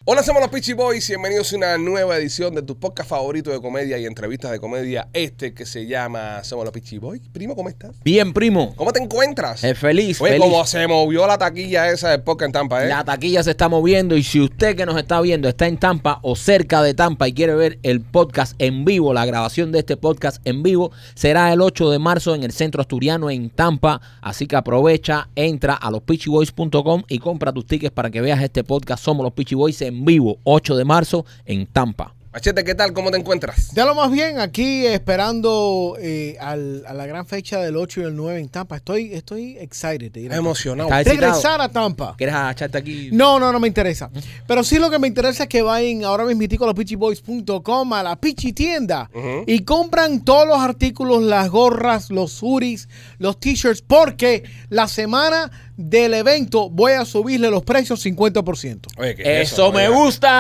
Hola, somos los Peachy Boys. Bienvenidos a una nueva edición de tu podcast favorito de comedia y entrevistas de comedia. Que se llama Somos los Peachy Boys. Primo, ¿cómo estás? Bien, primo. ¿Cómo te encuentras? Feliz, Oye, feliz. como se movió la taquilla esa del podcast en Tampa, La taquilla se está moviendo y si usted que nos está viendo está en Tampa o cerca de Tampa y quiere ver el podcast en vivo, la grabación de este podcast en vivo, será el 8 de marzo en el Centro Asturiano en Tampa. Así que aprovecha, entra a lospitchyboys.com y compra tus tickets para que veas este podcast Somos los Peachy Boys en vivo, 8 de marzo en Tampa. Machete, ¿qué tal? ¿Cómo te encuentras? Ya lo más bien, aquí esperando a la gran fecha del 8 y el 9 en Tampa. Estoy excited. Estás emocionado. ¿Estás excitado? Regresar a Tampa. ¿Quieres echarte aquí? No me interesa. Pero sí lo que me interesa es que vayan ahora mismo a lospitchyboys.com, a la Peachy tienda, y compran todos los artículos, las gorras, los hoodies, los t-shirts, porque la semana del evento voy a subirle los precios 50%. Oye, ¿qué es ¡Eso me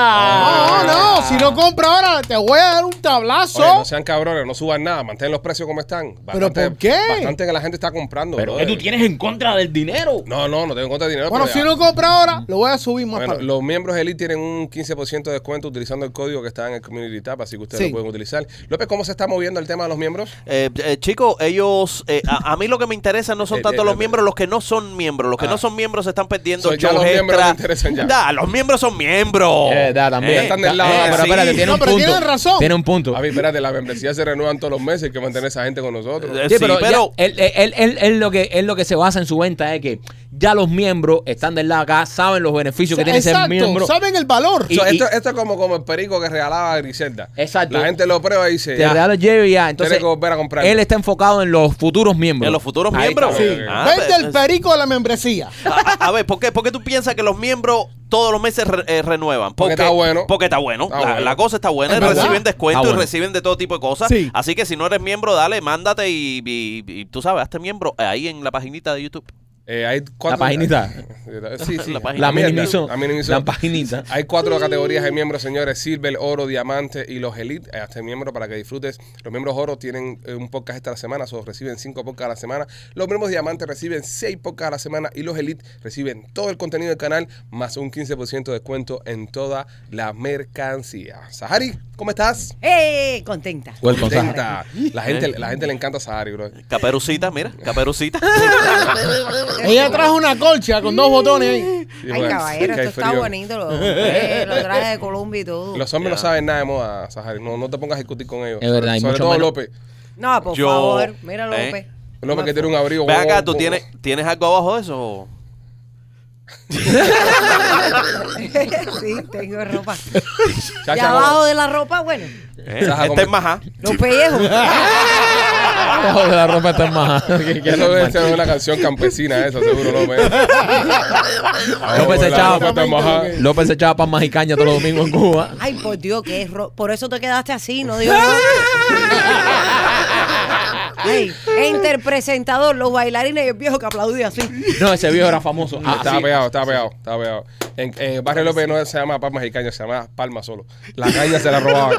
gusta! No, si no compra ahora te voy a dar un tablazo. Oye, no sean cabrones, no suban nada, mantén los precios como están. ¿Pero por qué? Bastante que la gente está comprando. ¿Pero brother. qué tú tienes en contra del dinero? No tengo en contra de dinero. Bueno, pero si ya. no compra ahora, lo voy a subir más Bueno, tarde. los miembros Elite tienen un 15% de descuento utilizando el código que está en el Community Tab, así que ustedes Sí. lo pueden utilizar. López, ¿cómo se está moviendo el tema de los miembros? Chicos, ellos, a mí lo que me interesa no son tanto los miembros, los que no son miembros. Los que no son miembros se están perdiendo So, ya shows los miembros extra. no interesan ya. Los miembros son miembros. También. están del lado. Pero sí. espérate, tiene No, un pero punto. tienen razón. Tiene un punto. A ver, espérate, las membresías se renuevan todos los meses, hay que mantener a esa gente con nosotros. Eh, Sí, sí, pero pero- ya, él lo que se basa en su venta es que ya los miembros están del lado acá, saben los beneficios que tiene ser Exacto, miembro. saben el valor. Y- So, esto es como el perico que regalaba a Griselda. Exacto. La gente lo prueba y dice, Te regala el Jerry ya. Entonces, que volver a comprarlo. él está enfocado en los futuros miembros. En los futuros Ahí miembros. está. Sí. Vende el perico de la membresía. A ver, ¿por qué tú piensas que los miembros todos los meses renuevan? Porque está bueno. Porque está bueno. Está bueno. La cosa está buena. Es Y verdad. reciben descuento Está y bueno. reciben de todo tipo de cosas. Sí. Así que si no eres miembro, dale, mándate y tú sabes, hazte miembro ahí en la paginita de YouTube. hay La cuatro... paginita. Sí. La página. La mierda, minimizó. la minimizó. La paginita. Hay 4 categorías de miembros, señores: Silver, Oro, Diamante y los Elite. Hasta miembros para que disfrutes. Los miembros Oro tienen un podcast esta la semana, reciben 5 podcasts a la semana. Los miembros Diamante reciben 6 podcasts a la semana y los Elite reciben todo el contenido del canal más un 15% de descuento en toda la mercancía. Sahari, ¿cómo estás? Contenta. Welcome, Sahari. Contenta. La gente le encanta a Sahari, bro. Caperucita, mira, Caperucita. Ella trajo una colcha con 2 botones ahí. Sí, Ay, bueno, caballero, que hay esto está frío. bonito. Los trajes de Colombia y todo. Los hombres no saben nada de moda, Sahari. No te pongas a discutir con ellos. Es verdad, hay sobre mucho todo menos. López. No, por Yo- favor. Mira, López. López que tiene un abrigo. Ve acá, ¿tú tienes algo abajo de eso? Sí, tengo ropa. Chacha, Y no. abajo de la ropa, bueno, Saja, Este es majá. los pellejos. Abajo de la ropa está más. Eso debe ser una canción campesina, eso seguro, López. López se echaba- López se echaba pan más y caña todos los domingos en Cuba. Ay, por Dios, que es por eso te quedaste así, no digo yo. Ay, interpresentador, los bailarines y el viejo que aplaudía así. No, ese viejo era famoso. Estaba pegado. En Barrio López no se llama Palmas y Caña, se llama Palma solo. La caña se la robaban.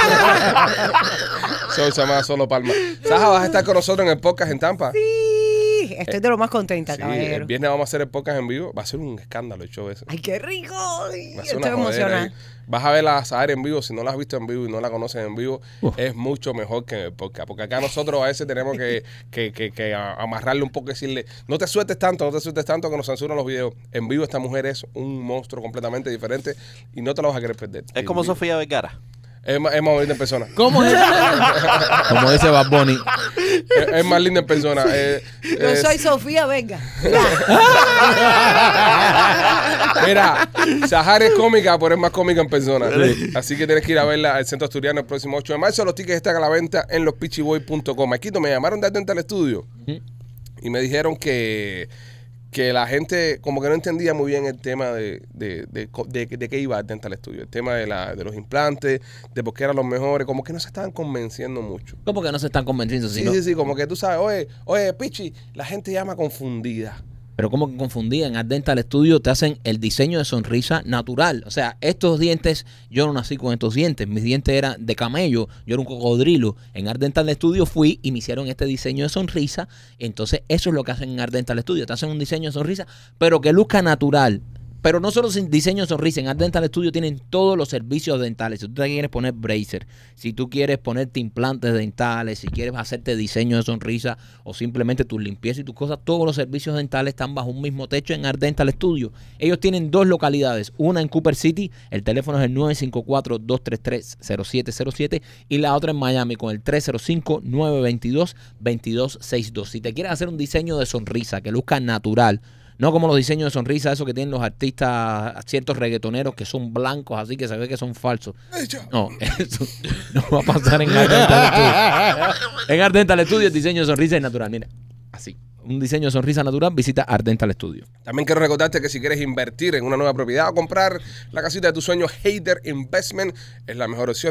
Solo se llama solo Palma. Saja, ¿vas a estar con nosotros en el podcast en Tampa? Sí, estoy de lo más contenta, Sí, caballero. el viernes vamos a hacer el podcast en vivo. Va a ser un escándalo el show ese. Ay, qué rico. Ay, Va a ser estoy una jodera emocionada. ahí. Vas a ver a Sahari en vivo. Si no la has visto en vivo y no la conoces en vivo, es mucho mejor que en el podcast. Porque acá nosotros a veces tenemos que amarrarle un poco y decirle, no te sueltes tanto que nos censuran los videos. En vivo esta mujer es un monstruo completamente diferente y no te lo vas a querer perder. Es como Sofía Vergara. Es más bonita en persona. ¿Cómo es? Como dice Bad Bunny. Es más linda en persona. Yo soy Sofía, venga. Mira, Sahari es cómica, pero es más cómica en persona. Así que tienes que ir a verla al Centro Asturiano el próximo 8 de marzo. Los tickets están a la venta en lospitchyboys.com. Maquito, me llamaron de Dental Studio y me dijeron que la gente como que no entendía muy bien el tema de qué iba el Dental Studio. El tema de los implantes, de por qué eran los mejores. Como que no se estaban convenciendo mucho. ¿Cómo que no se están convenciendo? Sí, sí, como que tú sabes, oye, Pichi, la gente llama confundida. Pero como que confundían, Art Dental Studio te hacen el diseño de sonrisa natural. O sea, estos dientes, yo no nací con estos dientes. Mis dientes eran de camello, yo era un cocodrilo. En Art Dental Studio fui y me hicieron este diseño de sonrisa. Entonces, eso es lo que hacen en Art Dental Studio. Te hacen un diseño de sonrisa, pero que luzca natural. pero no solo sin diseño de sonrisa. En Art Dental Studio tienen todos los servicios dentales. Si tú te quieres poner bracer, si tú quieres ponerte implantes dentales, si quieres hacerte diseño de sonrisa o simplemente tus limpiezas y tus cosas, todos los servicios dentales están bajo un mismo techo en Art Dental Studio. Ellos tienen 2 localidades, una en Cooper City, el teléfono es el 954-233-0707 y la otra en Miami con el 305-922-2262. Si te quieres hacer un diseño de sonrisa que luzca natural, no como los diseños de sonrisa, esos que tienen los artistas, ciertos reggaetoneros que son blancos, así que se ve que son falsos. No, eso no va a pasar en Art Dental Studio. En Art Dental Studio el diseño de sonrisa es natural. Mira, así. Un diseño de sonrisa natural, visita Art Dental Studio. También quiero recordarte que si quieres invertir en una nueva propiedad o comprar la casita de tus sueños, Heider Investment es la mejor opción.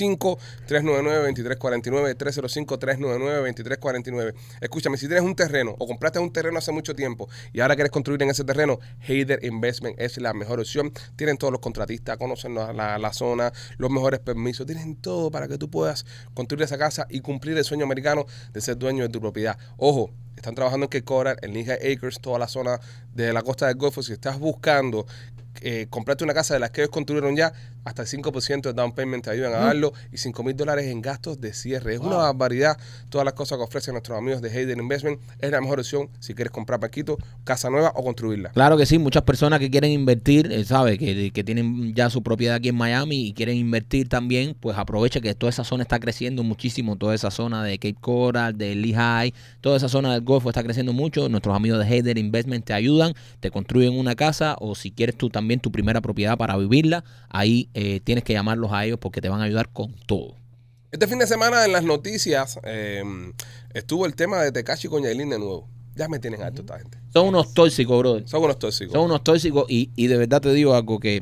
305-399-2349, 305-399-2349. Escúchame, si tienes un terreno o compraste un terreno hace mucho tiempo y ahora quieres construir en ese terreno, Heider Investment es la mejor opción. Tienen todos los contratistas, conocen la zona, los mejores permisos, tienen todo para que tú puedas construir esa casa y cumplir el sueño americano de ser dueño de tu propiedad. Ojo, están trabajando en Cape Coral, en Lehigh Acres, toda la zona de la costa del Golfo. Si estás buscando comprarte una casa de las que ellos construyeron ya, hasta el 5% de down payment te ayudan a darlo y $5,000 en gastos de cierre. Es una barbaridad. Todas las cosas que ofrecen nuestros amigos de Heider Investment es la mejor opción si quieres comprar Paquito, casa nueva o construirla. Claro que sí, muchas personas que quieren invertir, ¿sabes? Que tienen ya su propiedad aquí en Miami y quieren invertir también, pues aprovecha que toda esa zona está creciendo muchísimo, toda esa zona de Cape Coral, de Lehigh, toda esa zona del Golfo está creciendo mucho. Nuestros amigos de Heider Investment te ayudan, te construyen una casa o si quieres tú también tu primera propiedad para vivirla, ahí tienes que llamarlos a ellos porque te van a ayudar con todo. Este fin de semana en las noticias estuvo el tema de Tekashi con Yailin de nuevo. Ya me tienen harto esta gente. Son unos tóxicos, brother. Son unos tóxicos. Son unos tóxicos y de verdad te digo algo que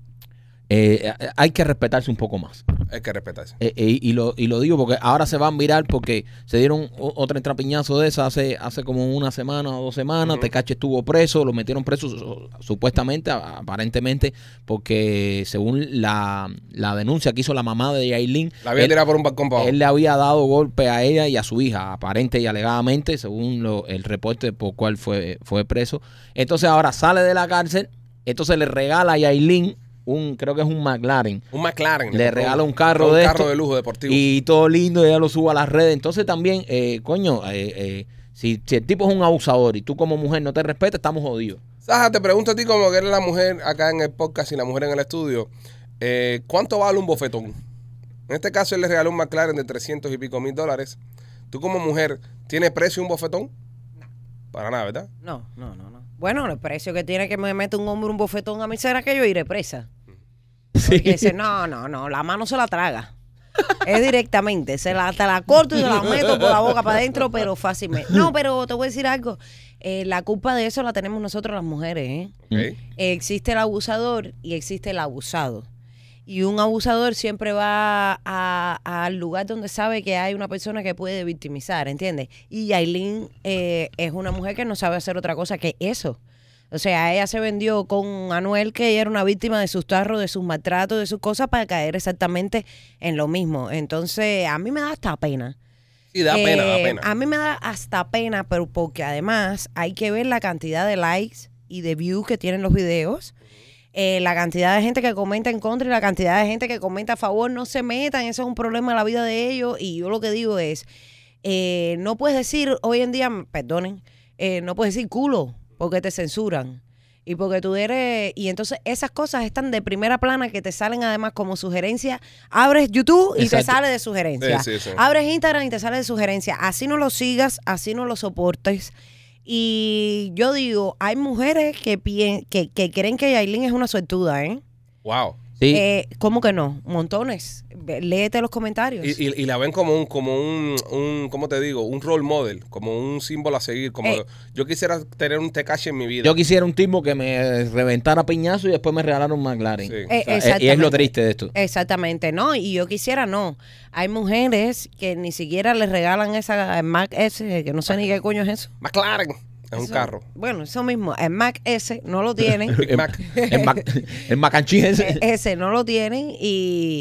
hay que respetarse un poco más. Hay que respetarse. Y lo digo porque ahora se van a virar porque se dieron otra entrapiñazo de esa hace como una semana o 2 semanas. Uh-huh. Tekashi estuvo preso, lo metieron preso supuestamente, aparentemente, porque según la denuncia que hizo la mamá de Yailin, la había tirado por un balcón para abajo. Él le había dado golpe a ella y a su hija, aparente y alegadamente, según el reporte por cual fue preso. Entonces ahora sale de la cárcel, entonces le regala a Yailin creo que es un McLaren. Un McLaren. Le regala un carro de carro de lujo deportivo. Y todo lindo, y ella lo sube a las redes. Entonces también, si el tipo es un abusador y tú como mujer no te respetas, estamos jodidos. Saja, te pregunto a ti como que eres la mujer acá en el podcast y la mujer en el estudio, ¿cuánto vale un bofetón? En este caso él le regaló un McLaren de $300 y pico mil. ¿Tú como mujer, tiene precio un bofetón? No. Para nada, ¿verdad? No. Bueno, el precio que tiene que me mete un hombre un bofetón a mí será que yo iré presa. Sí. Porque dice, no, la mano se la traga. Es directamente, te la corto y te la meto por la boca para adentro, pero fácilmente. No, pero te voy a decir algo. La culpa de eso la tenemos nosotros las mujeres. Okay. Existe el abusador y existe el abusado. Y un abusador siempre va al lugar donde sabe que hay una persona que puede victimizar, ¿entiendes? Y Yailin es una mujer que no sabe hacer otra cosa que eso. O sea, ella se vendió con Anuel, que ella era una víctima de sus tarros, de sus maltratos, de sus cosas, para caer exactamente en lo mismo. Entonces, a mí me da hasta pena. Sí, da pena. A mí me da hasta pena, pero porque además hay que ver la cantidad de likes y de views que tienen los videos. La cantidad de gente que comenta en contra y la cantidad de gente que comenta a favor. No se metan, eso es un problema en la vida de ellos. Y yo lo que digo es, no puedes decir hoy en día, perdonen, no puedes decir culo porque te censuran. Y porque tú eres... Y entonces esas cosas están de primera plana que te salen además como sugerencia. Abres YouTube y Exacto. te sale de sugerencia. Sí. Abres Instagram y te sale de sugerencia. Así no lo sigas, así no lo soportes. Y yo digo, hay mujeres que creen que Yailin es una suertuda, ¿eh? Wow. Sí. ¿Cómo que no? Montones. Léete los comentarios. Y la ven como un ¿cómo te digo? Un role model, como un símbolo a seguir. Como yo quisiera tener un Tekashi en mi vida. Yo quisiera un tipo que me reventara piñazo y después me regalara un McLaren. Sí. Y es lo triste de esto. Exactamente, no, y yo quisiera no. Hay mujeres que ni siquiera les regalan esa Mac S, que no sé ni qué coño es eso. McLaren. Es un carro. Bueno, eso mismo, el Mac S no lo tienen. Big Mac. El mac and cheese ese. Ese no lo tienen y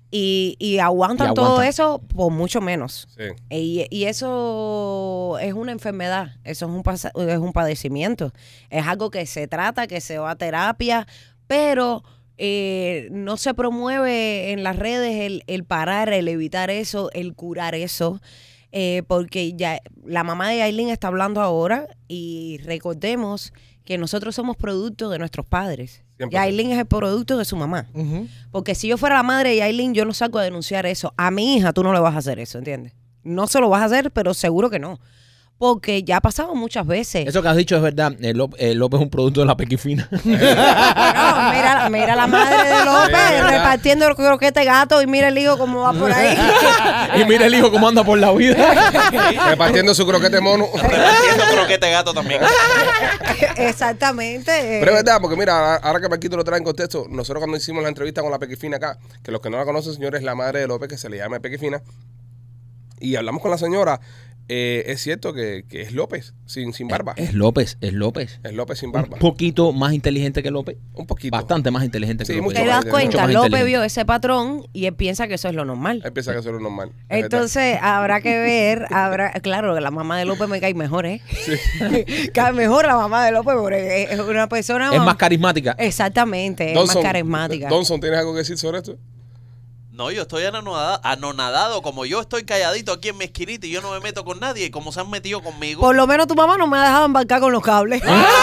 Y aguantan todo eso por mucho menos. Sí. Y eso es una enfermedad, eso es un padecimiento. Es algo que se trata, que se va a terapia, pero no se promueve en las redes el parar, el evitar eso, el curar eso. Porque ya la mamá de Yailin está hablando ahora y recordemos que nosotros somos producto de nuestros padres. 100%. Yailin es el producto de su mamá. Ujú. Porque si yo fuera la madre de Yailin, yo no salgo a denunciar eso. A mi hija tú no le vas a hacer eso, ¿entiendes? No se lo vas a hacer, pero seguro que no. Porque ya ha pasado muchas veces. Eso que has dicho es verdad. López es un producto de la pequifina. No, mira la madre de López Sí, repartiendo el croquete gato y mira el hijo cómo va por ahí. Y mira el hijo cómo anda por la vida. Repartiendo su croquete mono. Repartiendo croquete gato también. Exactamente. Pero es verdad, porque mira, ahora que Paquito lo trae en contexto, nosotros cuando hicimos la entrevista con la Pequifina acá, que los que no la conocen, señores, es la madre de López, que se le llama Pequifina, y hablamos con la señora, es cierto que es López, sin barba. Es López. Es López sin Un barba. poquito más inteligente que López. Un poquito. Bastante más inteligente que Sí, López. mucho ¿Te más das inteligente. cuenta? más López inteligente. vio ese patrón y él piensa que eso es lo normal. Él piensa que eso es lo normal. Es verdad. Entonces habrá que ver, claro, la mamá de López me cae mejor, ¿eh? Cae mejor la mamá de López porque es una persona Es más carismática. Exactamente, es más carismática. Donson, ¿tienes algo que decir sobre esto? No, yo estoy anonadado. Como yo estoy calladito aquí en mi esquinita y yo no me meto con nadie. Y como se han metido conmigo. Por lo menos tu mamá no me ha dejado embarcar con los cables.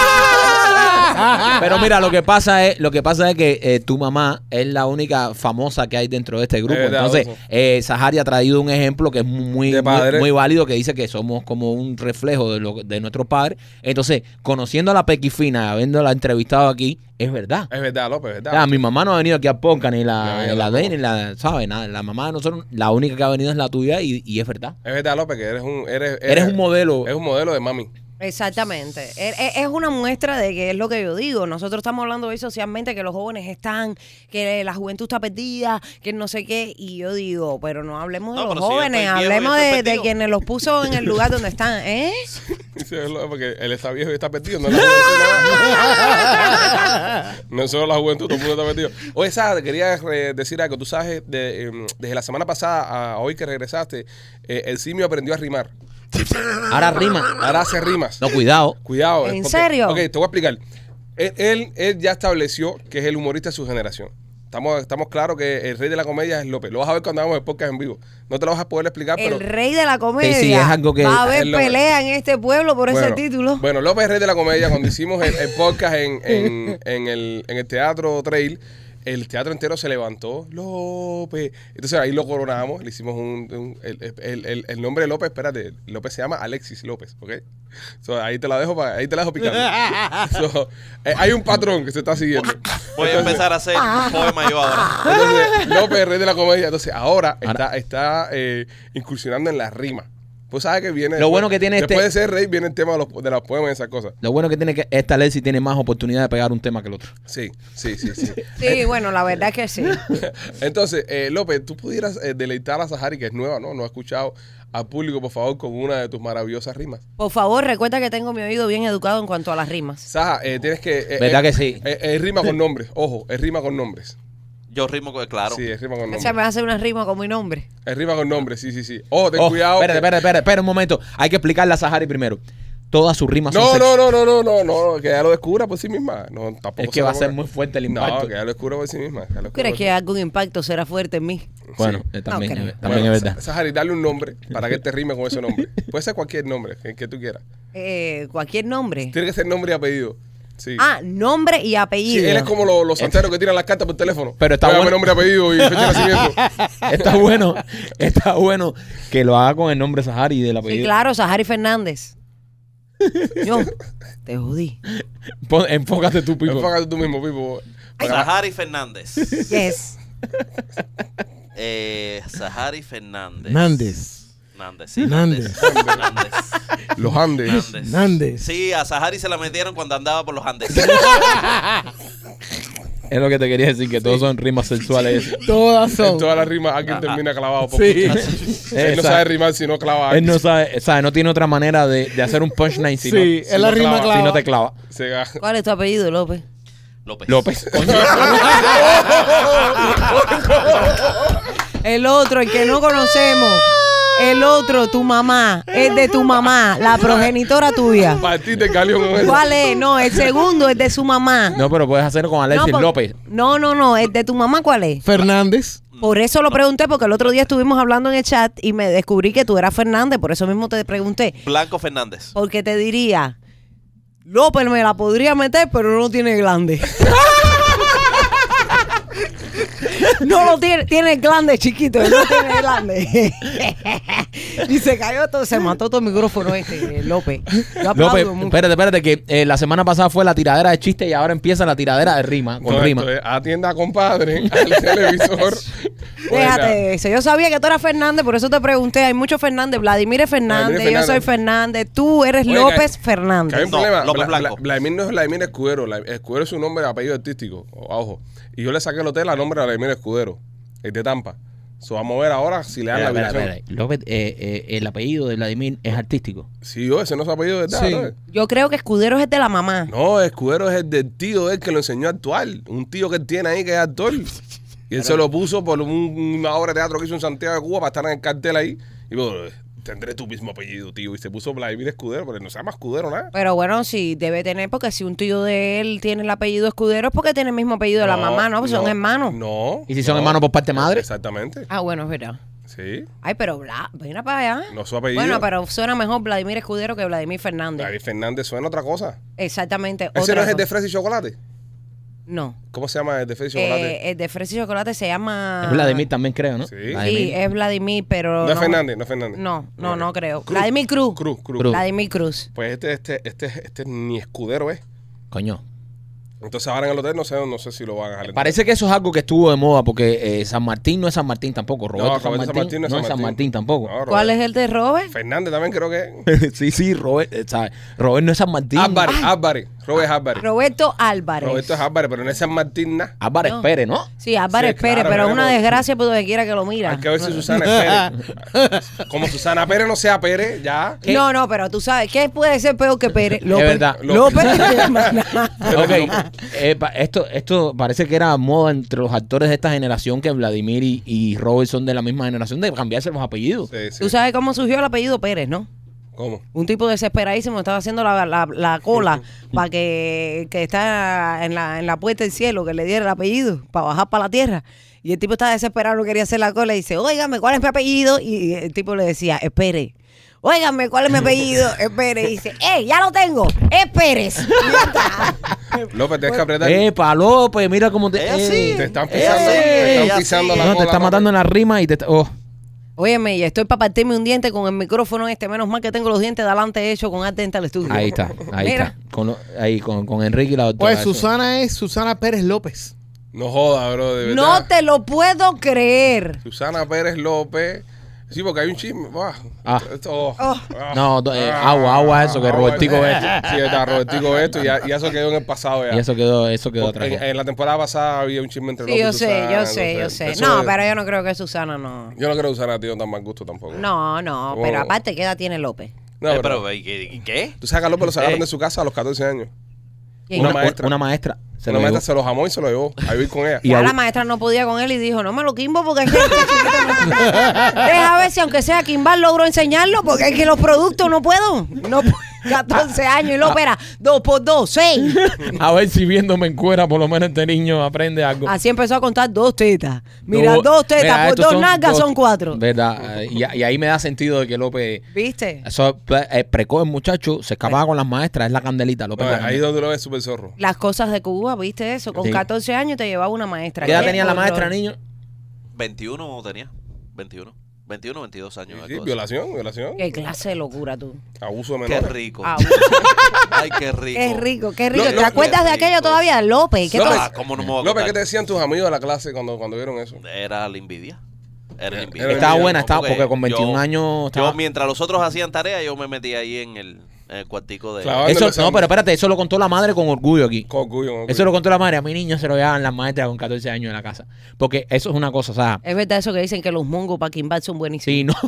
Pero mira, lo que pasa es que tu mamá es la única famosa que hay dentro de este grupo. Es verdad, Entonces, Sahari ha traído un ejemplo que es De padre. muy válido, que dice que somos como un reflejo de nuestros padres. Entonces, conociendo a la Pequifina, habiéndola entrevistado aquí, es verdad. Es verdad, López, es O verdad. sea, mi mamá no ha venido aquí a Ponca, ni No, la ella D, tampoco. ni la, ¿sabes? Nada. La mamá de nosotros, la única que ha venido es la tuya y es verdad. Es verdad, López, que eres un modelo. Es un modelo de mami. Exactamente. Es una muestra de que es lo que yo digo. Nosotros estamos hablando hoy socialmente que los jóvenes están, que la juventud está perdida, que no sé qué. Y yo digo, pero no hablemos de No, los pero si yo jóvenes, estoy viejo, hablemos yo estoy de perdido. quienes los puso en el lugar donde están, ¿eh? Dice López, porque él está viejo y está perdido. No, es la juventud, no es solo la juventud, todo el mundo está perdido. Oye, Sara, te quería decir algo. Tú sabes, desde la semana pasada a hoy que regresaste, el simio aprendió a rimar. Ahora rima. Ahora hace rimas. No, cuidado. Cuidado. ¿En serio? Ok, te voy a explicar. Él ya estableció que es el humorista de su generación. Estamos claros que el rey de la comedia es López. Lo vas a ver cuando hagamos el podcast en vivo. No te lo vas a poder explicar, pero... El rey de la comedia. Sí, es algo que- Va a haber es López. pelea en este pueblo por ese título. Bueno, López es rey de la comedia. Cuando hicimos el podcast en el Teatro Trail, el teatro entero se levantó. López. Entonces ahí lo coronamos. Le hicimos el nombre de López. Espérate. López se llama Alexis López. ¿Ok? So, ahí te la dejo picando. So, hay un patrón que se está siguiendo. Voy a empezar a hacer poema yo ahora. Entonces, López es rey de la comedia. Entonces ahora está incursionando en la rima. Pues sabes que viene. Lo bueno que tiene después de ser rey, viene el tema de los poemas y esas cosas. Lo bueno que tiene que esta Lexi tiene más oportunidad de pegar un tema que el otro. Sí. Sí, bueno, la verdad es que sí. Entonces, López, tú pudieras deleitar a Sahari, que es nueva, ¿no? No ha escuchado al público, por favor, con una de tus maravillosas rimas. Por favor, recuerda que tengo mi oído bien educado en cuanto a las rimas. Saja, tienes que... ¿Verdad que sí? Rima con nombres. Ojo, es rima con nombres. Yo rimo con claro. Sí, es rima con O sea, nombres. me va a hacer una rima con mi nombre. Es rima con nombres, sí. Ojo, ten Oh, cuidado. Espera un momento. Hay que explicarle a Sahari primero. Todas sus rimas son No, sexy. no, que ella lo descubra por sí misma. No, tampoco Es que va a ser muy fuerte el impacto. No, que ella lo descubra por sí misma. ¿Tú crees que algún impacto será fuerte en mí? Bueno, Sí. también, No creo. también es verdad. Sahari, dale un nombre para que él te rime con ese nombre. Puede ser cualquier nombre, el que tú quieras. Cualquier nombre. Tiene que ser nombre y apellido. Sí. Ah, nombre y Sí, apellido. él es como los santeros que tiran las cartas por teléfono. Pero está Póngame bueno. nombre, apellido y fecha de nacimiento. Está bueno que lo haga con el nombre Sahari y del Sí, apellido. claro, Sahari Fernández. Yo te jodí. Enfócate tú, Pipo. Enfócate tú mismo, Pipo. Sahari Fernández. Yes. Sahari Fernández. Nández. Nández, sí. Nández. Nández. Los Andes. Nández. Nández. Sí, a Sahari se la metieron cuando andaba por los Andes. Es lo que te quería decir, que todos son rimas sexuales. Todas En son. todas las rimas alguien termina clavado. Por Sí. Él no sabe rimar si no clava. a Él no alguien. sabe, no tiene otra manera de hacer un punchline si, Sí, no, es la rima clava, clava. si no te clava. Se ga- ¿Cuál es tu apellido, López? López. López. El otro, el que no conocemos. El otro, tu mamá. Es de tu mamá, la progenitora tuya. Partiste el galeón con eso. ¿Cuál es? No, el segundo es de su mamá. No, pero puedes hacerlo con Alexis López. No, el de tu mamá, ¿cuál es? Fernández. Por eso lo pregunté, porque el otro día estuvimos hablando en el chat y me descubrí que tú eras Fernández, por eso mismo te pregunté. Blanco Fernández. Porque te diría, López me la podría meter, pero no tiene glande. No lo tiene glande chiquito, no tiene glande. Y se cayó todo, se mató todo el micrófono López. Yo aplaudo López, mucho. espérate, que la semana pasada fue la tiradera de chistes y ahora empieza la tiradera de rima, con rima. Entonces, atienda, compadre, al televisor. Déjate de eso. Yo sabía que tú eras Fernández, por eso te pregunté. Hay muchos Fernández. Vladimir es Fernández, Vladimir yo soy Fernández. Tú eres Oiga, López Que Fernández. hay un No, problema. López Blanco. Vladimir no es Vladimir Escudero. Escudero es su nombre de apellido artístico. Ojo. Y yo le saqué el hotel a nombre de Vladimir Escudero. El de Tampa. So, vamos a ver ahora si le dan la habitación. López, el apellido de Vladimir es artístico. Sí, ese no es su apellido de verdad. Sí. ¿no? Yo creo que Escudero es el de la mamá. No, Escudero es el del tío de él que lo enseñó a actuar. Un tío que él tiene ahí que es actor. Y él se lo puso por una obra de teatro que hizo en Santiago de Cuba para estar en el cartel ahí. Y bueno, tendré tu mismo apellido, tío. Y se puso Vladimir Escudero, pero no se llama Escudero nada. Pero bueno, sí, debe tener, porque si un tío de él tiene el apellido Escudero es porque tiene el mismo apellido de la mamá, ¿no? Pues son hermanos. No. ¿Y si son hermanos por parte de madre? Exactamente. Ah, bueno, es verdad. Sí. Ay, pero ven para allá. No su apellido. Bueno, pero suena mejor Vladimir Escudero que Vladimir Fernández. Vladimir Fernández suena otra cosa. Exactamente. ¿Ese otra no es el de cosa. fresa y chocolate? No. ¿Cómo se llama el de fresa y chocolate? El de fresa y chocolate se llama... Es Vladimir también creo, ¿no? Sí. Vladimir. Sí, es Vladimir, pero... No es Fernández, no es Fernández. No creo. Vladimir Cruz. Cruz. Vladimir Cruz. Pues este ni Escudero es. Coño. Entonces ahora en el hotel no sé si lo van a jalar. Parece que eso es algo que estuvo de moda porque San Martín no es San Martín tampoco. Roberto San Martín no es San Martín tampoco. No, ¿Cuál Robert. es el de Robert? Fernández también creo que es. Sí, Robert, ¿sabes? Robert no es San Martín. Álvarez. Robert Álvarez. Roberto Álvarez. Roberto es Álvarez, pero no es San Martín nada. Álvarez No. Pérez, ¿no? Sí, Álvarez Sí, Pérez, claro, pero es una veremos. desgracia por donde quiera que lo mira. Hay que ver si Susana es Pérez. Como Susana Pérez no sea Pérez, ya. ¿Qué? No, pero tú sabes, ¿qué puede ser peor que Pérez? López. verdad. López. Ok, esto parece que era moda entre los actores de esta generación que Vladimir y Robert son de la misma generación de cambiarse los apellidos. Sí, sí. Tú sabes cómo surgió el apellido Pérez, ¿no? ¿Cómo? Un tipo desesperadísimo estaba haciendo la cola para que está en la puerta del cielo, que le diera el apellido, para bajar para la tierra. Y el tipo estaba desesperado, no quería hacer la cola y dice, óigame, ¿cuál es mi apellido? Y el tipo le decía, espere. Óigame, ¿cuál es mi apellido? Espere. Y dice, ya lo tengo, es Pérez. Y ya está. López, tienes que apretar. Epa, López, mira cómo te... Ella sí. Te están pisando, ella sí. la No, cola. te está López. matando en la rima y te... Oh. Óyeme, y estoy para partirme un diente con el micrófono menos mal que tengo los dientes de adelante hechos con Art Dental Studio. Ahí está. Mira. Con Enrique y la doctora. Pues eso. Susana es Susana Pérez López. No joda, bro, de verdad. No te lo puedo creer. Susana Pérez López. Sí, porque hay un chisme. Ah. Esto, No, agua eso, que Robertico ve esto. Sí, está, Robertico ve esto y ya eso quedó en el pasado ya. Y eso quedó atrás. En la temporada pasada había un chisme entre Sí, López y Susana. yo sé. entonces, No, eso- pero yo no creo que Susana no. Yo no creo que Susana tiene tan mal gusto tampoco. No, pero Oh. aparte, ¿qué edad tiene López? No, pero, pero, ¿y qué? tú sabes que a López lo sacaron Ey. de su casa a los 14 años. ¿Quién? Una maestra. Una maestra. Se Una lo maestra llevó. se lo jamó y se lo llevó a vivir con ella. Y Ya a- la maestra no podía con él y dijo, no me lo quimbo porque es que este chiquito no... Deja ver si aunque sea Kimball logro enseñarlo porque es que los productos no puedo. No puedo. 14 años y lo opera 2 por 2, 6. A ver si viéndome en cuera, por lo menos este niño aprende algo. Así empezó a contar 2 tetas. Mira, No, 2 tetas mira, por estos 2 nalgas dos- son 4. ¿Verdad? Y ahí me da sentido de que López... ¿Viste? Eso precoz el muchacho, se escapaba con las maestras, es la candelita, López. No, la ahí candelita. donde lo ves súper zorro. Las cosas de Cuba, ¿viste eso? Con Sí. 14 años te llevaba una maestra. ¿Qué edad Qué tenía la horror. maestra, niño? 21 tenía. 21, 22 años. Sí, algo así. violación. Qué clase de locura tú. Abuso de Qué menores. rico. Ah, Ay, qué rico. qué rico, qué rico. No, ¿Te no, acuerdas qué de aquello rico. todavía? López. ¿Qué López. tal? Ah, ¿cómo no me voy a López, ¿qué acordar? te decían tus amigos de la clase cuando vieron eso? Era la envidia. Era la envidia. Era Estaba envidia, buena, ¿no? estaba, porque con 21 yo- años estaba... Yo, mientras los otros hacían tarea, yo me metí ahí en el cuartico de... Clavado. Eso, Ándale, no, pero espérate, eso lo contó la madre con orgullo aquí. Con orgullo. Eso lo contó la madre. A mi niño se lo llevaban las maestras con 14 años en la casa. Porque eso es una cosa, o sea... Es verdad eso que dicen que los mongos para Kimball son buenísimos. Sí, no.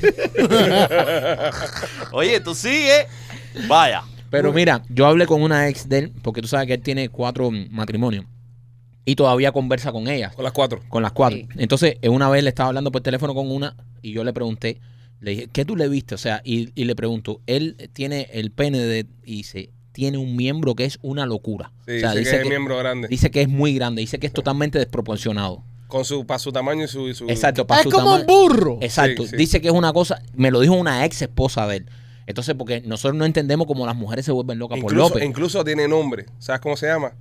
Oye, tú sigue. Vaya. Pero mira, yo hablé con una ex de él, porque tú sabes que él tiene 4 matrimonios. y todavía conversa con ellas. Con las 4. Con las 4. Sí. Entonces, una vez le estaba hablando por teléfono con una y yo le pregunté, le dije, ¿qué tú le viste? O sea, y le pregunto, él tiene el pene y dice, tiene un miembro que es una locura. Sí, o sea, dice que es miembro grande. Dice que es muy grande, dice que es totalmente desproporcionado. Para su tamaño y su... Exacto, para Es su como un tamaño. burro. Exacto, Sí, sí. dice que es una cosa, me lo dijo una ex esposa de él. Entonces, porque nosotros no entendemos cómo las mujeres se vuelven locas por López. Incluso tiene nombre. ¿Sabes cómo se llama?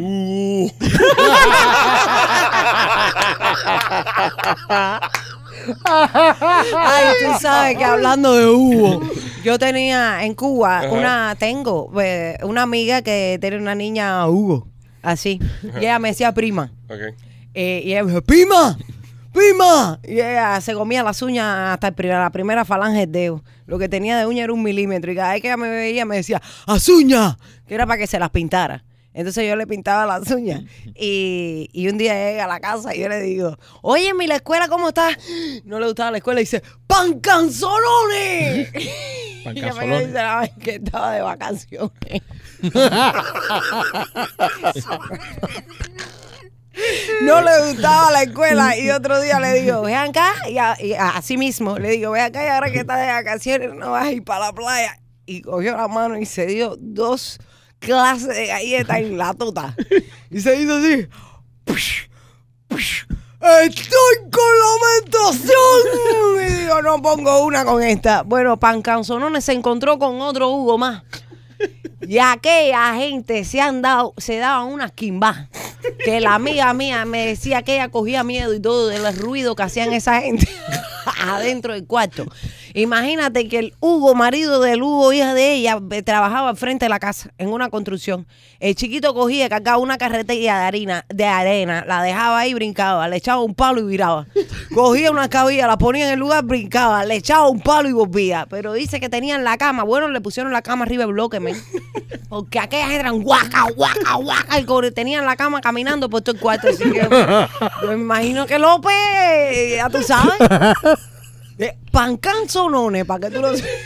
Ay, tú sabes que hablando de Hugo, yo tenía en Cuba Ajá. tengo una amiga que tiene una niña Hugo, así. Y ella me decía prima. Ok. Y ella me dijo, prima, prima. Y ella se comía las uñas hasta la primera falange del dedo. Lo que tenía de uña era 1 milímetro. Y cada vez que ella me veía me decía, ¡haz uña! Que era para que se las pintara. Entonces yo le pintaba las uñas. Y un día llega a la casa y yo le digo, oye, ¿la escuela cómo está? No le gustaba la escuela y dice, ¡pancanzolones! Y ella me Pancanzolones. dice la vez que estaba de vacaciones. No le gustaba la escuela y otro día le digo, ven acá, y así mismo le digo, ven acá y ahora que estás de vacaciones no vas a ir para la playa. Y cogió la mano y se dio 2 clases de galletas en la tota. Y se hizo así. Push, push. ¡Estoy con lamentación! Y digo, no pongo una con esta. Bueno, Pancanzonones se encontró con otro Hugo más. Y aquella gente se daban unas quimbas. Que la amiga mía me decía que ella cogía miedo y todo del ruido que hacían esa gente adentro del cuarto. Imagínate que el Hugo, marido del Hugo, hija de ella, trabajaba al frente de la casa en una construcción. El chiquito cogía, cargaba una carretilla de arena, la dejaba ahí y brincaba, le echaba un palo y viraba. Cogía una cabilla, la ponía en el lugar, brincaba, le echaba un palo y volvía. Pero dice que tenían la cama, bueno, le pusieron la cama arriba del bloque, men. Porque aquellas eran guaca, guaca, guaca, y tenían la cama caminando por todo el cuarto. Así que yo me imagino que López, ya tú sabes. Pancanzonones, para que tú lo sepas.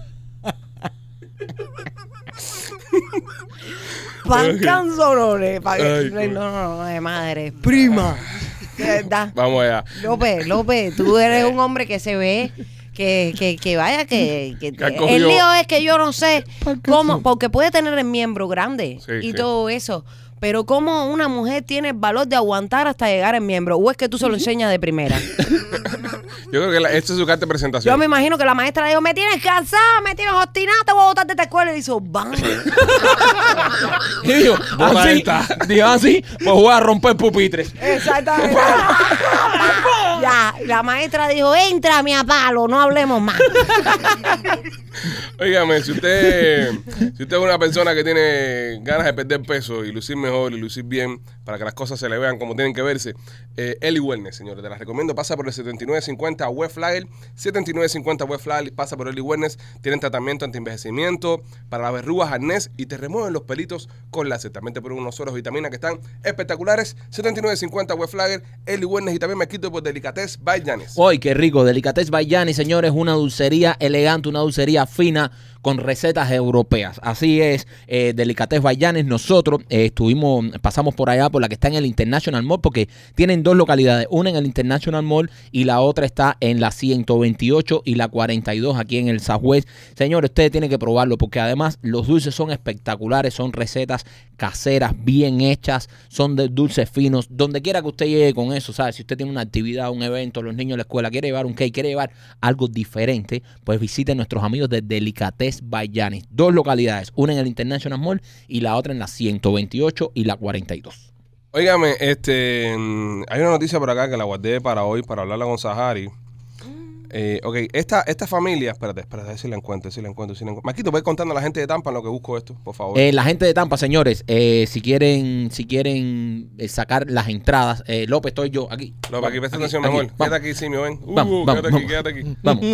Pancanzonones, para que no, de madre, prima. De verdad. Vamos allá. López, tú eres un hombre que se ve que vaya, que ha cogido- el lío es que yo no sé cómo, porque puede tener el miembro grande Sí, y sí. todo eso. Pero cómo una mujer tiene el valor de aguantar hasta llegar al miembro, o es que tú se lo enseñas de primera. Yo creo que esta es su carta de presentación. Yo me imagino que la maestra le dijo, me tienes cansada, me tienes obstinada, te voy a botar de esta escuela. Y dijo, vamos. Y dijo, Bota así, esta. dijo así, pues voy a romper pupitres. Exactamente. Ya, la maestra dijo, entra mi a palo, no hablemos más. Óigame, si usted es una persona que tiene ganas de perder peso y lucir mejor y lucir bien para que las cosas se le vean como tienen que verse, Eli Wellness, señores, te las recomiendo. Pasa por el 7950 West Flagler, 7950 West Flagler, pasa por Eli Wellness. Tienen tratamiento anti-envejecimiento para las verrugas, arnés y te remueven los pelitos con láser. También te ponen unos sueros de vitamina que están espectaculares. 7950 West Flagler, Eli Wellness, y también me quito por Delicatessen by Janis. ¡Ay, qué rico! Delicatessen by Gianni, señores, una dulcería elegante, una dulcería fina con recetas europeas. Así es, Delicatessen by Gianni. Nosotros pasamos por allá, por la que está en el International Mall, porque tienen 2 localidades, una en el International Mall y la otra está en la 128 y la 42 aquí en el Southwest. Señores, ustedes tienen que probarlo porque además los dulces son espectaculares, son recetas caseras, bien hechas, son de dulces finos. Donde quiera que usted llegue con eso, ¿sabes? Si usted tiene una actividad, un evento, los niños de la escuela, quiere llevar un cake, quiere llevar algo diferente, pues visite nuestros amigos de Delicatessen by Gianni. 2 localidades, una en el International Mall y la otra en la 128 y la 42. Óigame, hay una noticia por acá que la guardé para hoy, para hablarla con Sahari. Ok, esta familia, espérate, a ver si la encuentro. Maquito, voy contando a la gente de Tampa en lo que busco esto, por favor. La gente de Tampa, señores, si quieren sacar las entradas, López, estoy yo aquí. López, aquí presta atención, aquí, mi amor. vamos. Quédate aquí, Simio, ven. Vamos, Quédate aquí. Vamos.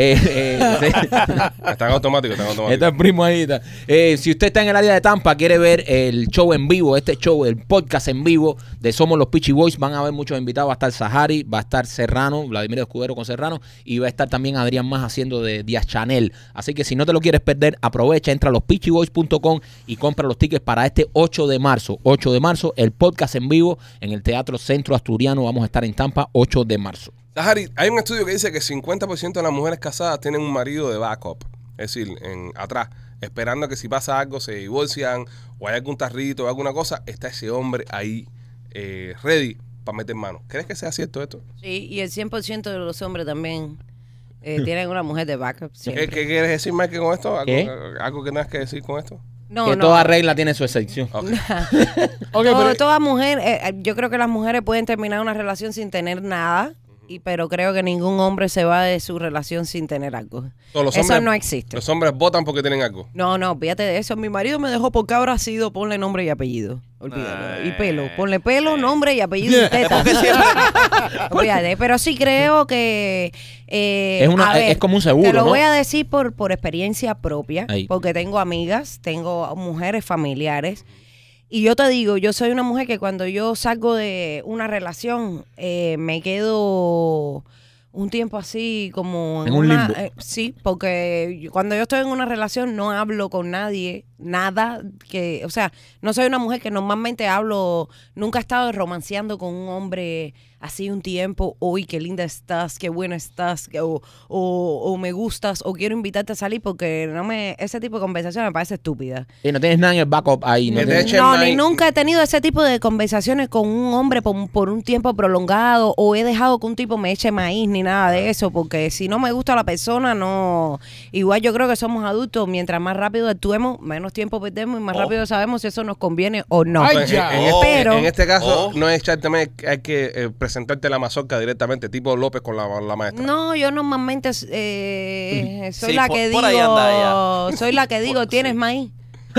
Está en automático. Está el primo ahí. Está. Si usted está en el área de Tampa, quiere ver el show en vivo, este show, el podcast en vivo de Somos los Peachy Boys, van a haber muchos invitados. Va a estar Sahari, va a estar Serrano, Vladimir Escudero con Serrano, y va a estar también Adrián Más haciendo de Díaz Chanel. Así que si no te lo quieres perder, aprovecha, entra a lospitchyboys.com y compra los tickets para este 8 de marzo. 8 de marzo, el podcast en vivo en el Teatro Centro Asturiano. Vamos a estar en Tampa 8 de marzo. Sahari, hay un estudio que dice que 50% de las mujeres casadas tienen un marido de backup, es decir, atrás, esperando que si pasa algo se divorcian o hay algún tarrito o alguna cosa, está ese hombre ahí ready para meter mano. ¿Crees que sea cierto esto? Sí, y el 100% de los hombres también tienen una mujer de backup. ¿Qué quieres decir, Mike, con esto? ¿Algo que tengas que decir con esto? No, que toda regla tiene su excepción. Okay. Toda mujer, yo creo que las mujeres pueden terminar una relación sin tener nada, pero creo que ningún hombre se va de su relación sin tener algo. Eso no existe. Los hombres votan porque tienen algo. No, fíjate de eso. Mi marido me dejó porque habrá sido, ponle nombre y apellido. Olvídalo. Y pelo. Ponle pelo, nombre y apellido y teta. Olvídate. Pero sí creo que... es como un seguro, te lo ¿no? voy a decir por experiencia propia, Ahí. porque tengo amigas, tengo mujeres familiares. Y yo te digo, yo soy una mujer que cuando yo salgo de una relación, me quedo un tiempo así como en un limbo. Sí, porque cuando yo estoy en una relación no hablo con nadie, nada que, o sea, no soy una mujer que normalmente nunca he estado romanceando con un hombre así un tiempo, uy, qué linda estás, qué buena estás, o me gustas, o quiero invitarte a salir, porque ese tipo de conversación me parece estúpida. Y no tienes nada en el backup ahí. Ni nunca he tenido ese tipo de conversaciones con un hombre por un tiempo prolongado, o he dejado que un tipo me eche maíz, ni nada de eso, porque si no me gusta la persona, no. Igual yo creo que somos adultos, mientras más rápido actuemos, menos tiempo perdemos y más rápido sabemos si eso nos conviene o no. Ay, ya. En este caso, no es exactamente, hay que presentarte la mazorca directamente, tipo López con la maestra. No, yo normalmente soy Sí, la que por ahí anda digo, soy la que digo, ¿tienes maíz?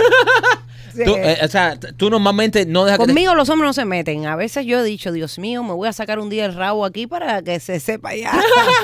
Sí. Tú normalmente no dejas Conmigo los hombres no se meten. A veces yo he dicho, Dios mío, me voy a sacar un día el rabo aquí para que se sepa ya.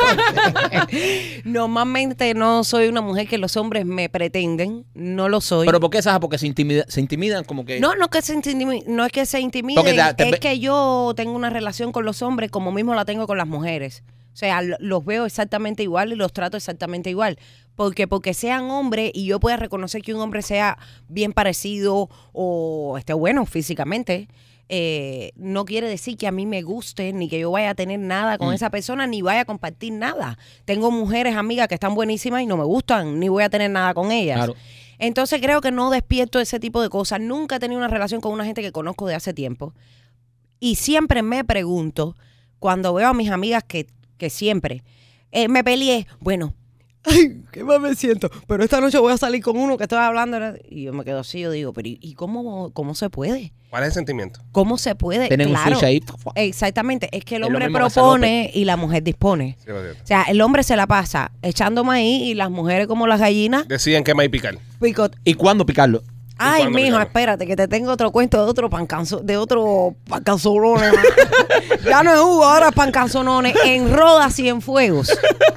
Normalmente no soy una mujer que los hombres me pretenden. No lo soy. ¿Pero por qué, Saja? Porque se intimidan como que... No es que se intimiden. Es que yo tengo una relación con los hombres como mismo la tengo con las mujeres. O sea, los veo exactamente igual y los trato exactamente igual. Porque sean hombres y yo pueda reconocer que un hombre sea bien parecido o esté bueno físicamente, no quiere decir que a mí me guste, ni que yo vaya a tener nada con esa persona, ni vaya a compartir nada. Tengo mujeres amigas que están buenísimas y no me gustan, ni voy a tener nada con ellas. Claro. Entonces creo que no despierto ese tipo de cosas. Nunca he tenido una relación con una gente que conozco de hace tiempo. Y siempre me pregunto, cuando veo a mis amigas que siempre me peleé, bueno, ay, qué mal me siento, pero esta noche voy a salir con uno que estoy hablando, y yo me quedo así, yo digo, pero ¿y cómo se puede? ¿Cuál es el sentimiento? ¿Cómo se puede? Tienen un switch ahí. Exactamente, es que el Es lo hombre mismo que hace propone y la mujer dispone. Sí, lo cierto. O sea, el hombre se la pasa echando maíz y las mujeres como las gallinas, Deciden qué maíz picar. picot. ¿Y cuándo picarlo? Ay, cuándo, mijo, Ricardo? espérate, que te tengo otro cuento de otro pancanzonones. Ya no es Hugo, ahora es pancanzonones en Roda Cienfuegos.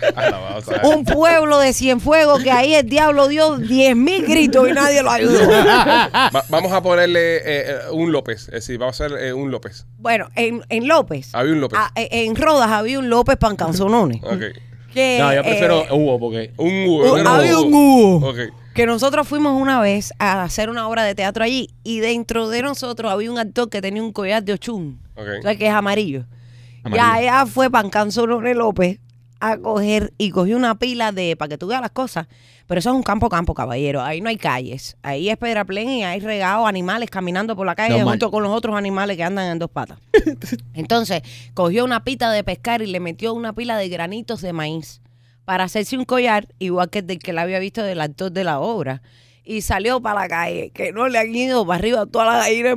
Un pueblo de Cienfuegos que ahí el diablo dio 10,000 gritos y nadie lo ayudó. Vamos a ponerle un López. Es decir, vamos a hacer un López. Bueno, en López. Había un López. En Rodas había un López pancanzonones. Ok. Que, No, yo prefiero Hugo porque... Un Hugo. había un Hugo. Ok. Que nosotros fuimos una vez a hacer una obra de teatro allí y dentro de nosotros había un actor que tenía un collar de ochún, Ok. o sea, que es amarillo. Amarillo. Y allá fue Pancanzonone López a cogió una pila para que tú veas las cosas, pero eso es un campo, caballero. Ahí no hay calles, ahí es pedraplén y hay regados animales caminando por la calle Normal. junto con los otros animales que andan en dos patas. Entonces, cogió una pita de pescar y le metió una pila de granitos de maíz para hacerse un collar, igual que el del que la había visto del actor de la obra. Y salió para la calle, que no le han ido para arriba toda la gallina.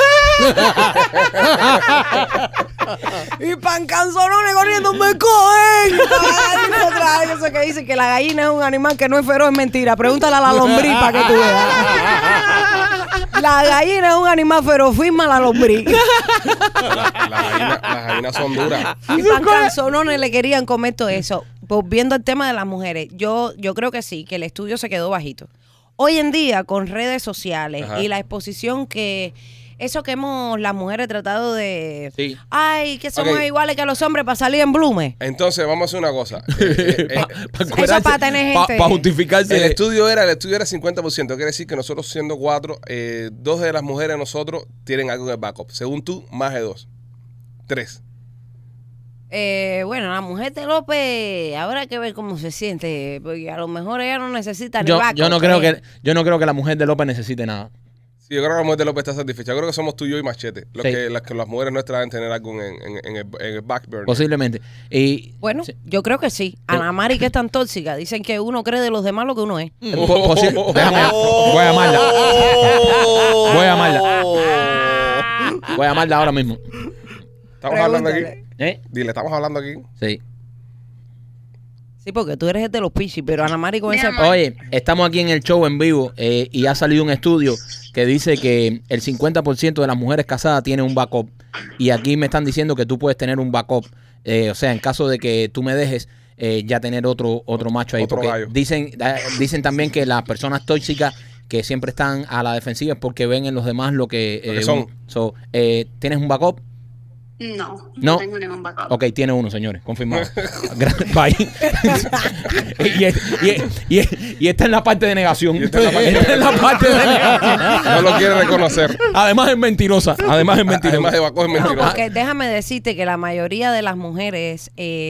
Y Pancanzonones corriendo, ¡me cogen! Eso que dice que la gallina es un animal que no es feroz, es mentira. Pregúntale a la lombriz para que tú veas. La gallina es un animal feroz, firma la lombriz. Las gallinas son duras. Y Pancanzonones le querían comer todo eso. Volviendo al tema de las mujeres, yo creo que sí, que el estudio se quedó bajito. Hoy en día, con redes sociales Ajá. y la exposición que eso que hemos las mujeres tratado de... Sí. Ay, que somos Ok. iguales que los hombres para salir en blume. Entonces, vamos a hacer una cosa. Eso para tener gente. Para justificarse. El estudio era 50%. Quiere decir que nosotros siendo 4, 2 de las mujeres de nosotros tienen algo en el backup. Según tú, más de 2. 3. Bueno, la mujer de López, habrá que ver cómo se siente, porque a lo mejor ella no necesita ni yo backup, no creo que la mujer de López necesite nada. Sí, yo creo que la mujer de López está satisfecha. Yo creo que somos tú y yo y Machete. Sí. Que las mujeres nuestras deben tener algo en el back burner. Posiblemente. Y Bueno, sí. yo creo que sí. Ana Mari, que es tan tóxica, dicen que uno cree de los demás lo que uno es. Déjame, voy a llamarla. Voy a llamarla. Voy a llamarla ahora mismo. Estamos hablando aquí. Pregúntale. Dile, estamos hablando aquí. Sí. Sí, porque tú eres el de los pichis, pero Ana Mari con ese... Oye, estamos aquí en el show en vivo y ha salido un estudio que dice que el 50% de las mujeres casadas tienen un backup. Y aquí me están diciendo que tú puedes tener un backup. O sea, en caso de que tú me dejes, ya tener otro macho ahí. Otro Porque gallo. dicen también que las personas tóxicas que siempre están a la defensiva es porque ven en los demás lo que son. ¿Tienes un backup? No, No. no tengo ningún backup. Ok, tiene uno, señores, confirmado. Bye. y esta es la parte de negación. Y esta es la parte- Esta es la parte de negación. No lo quiere reconocer. Además es mentirosa. Además es Además de Baco es No, mentiroso. porque déjame decirte que la mayoría de las mujeres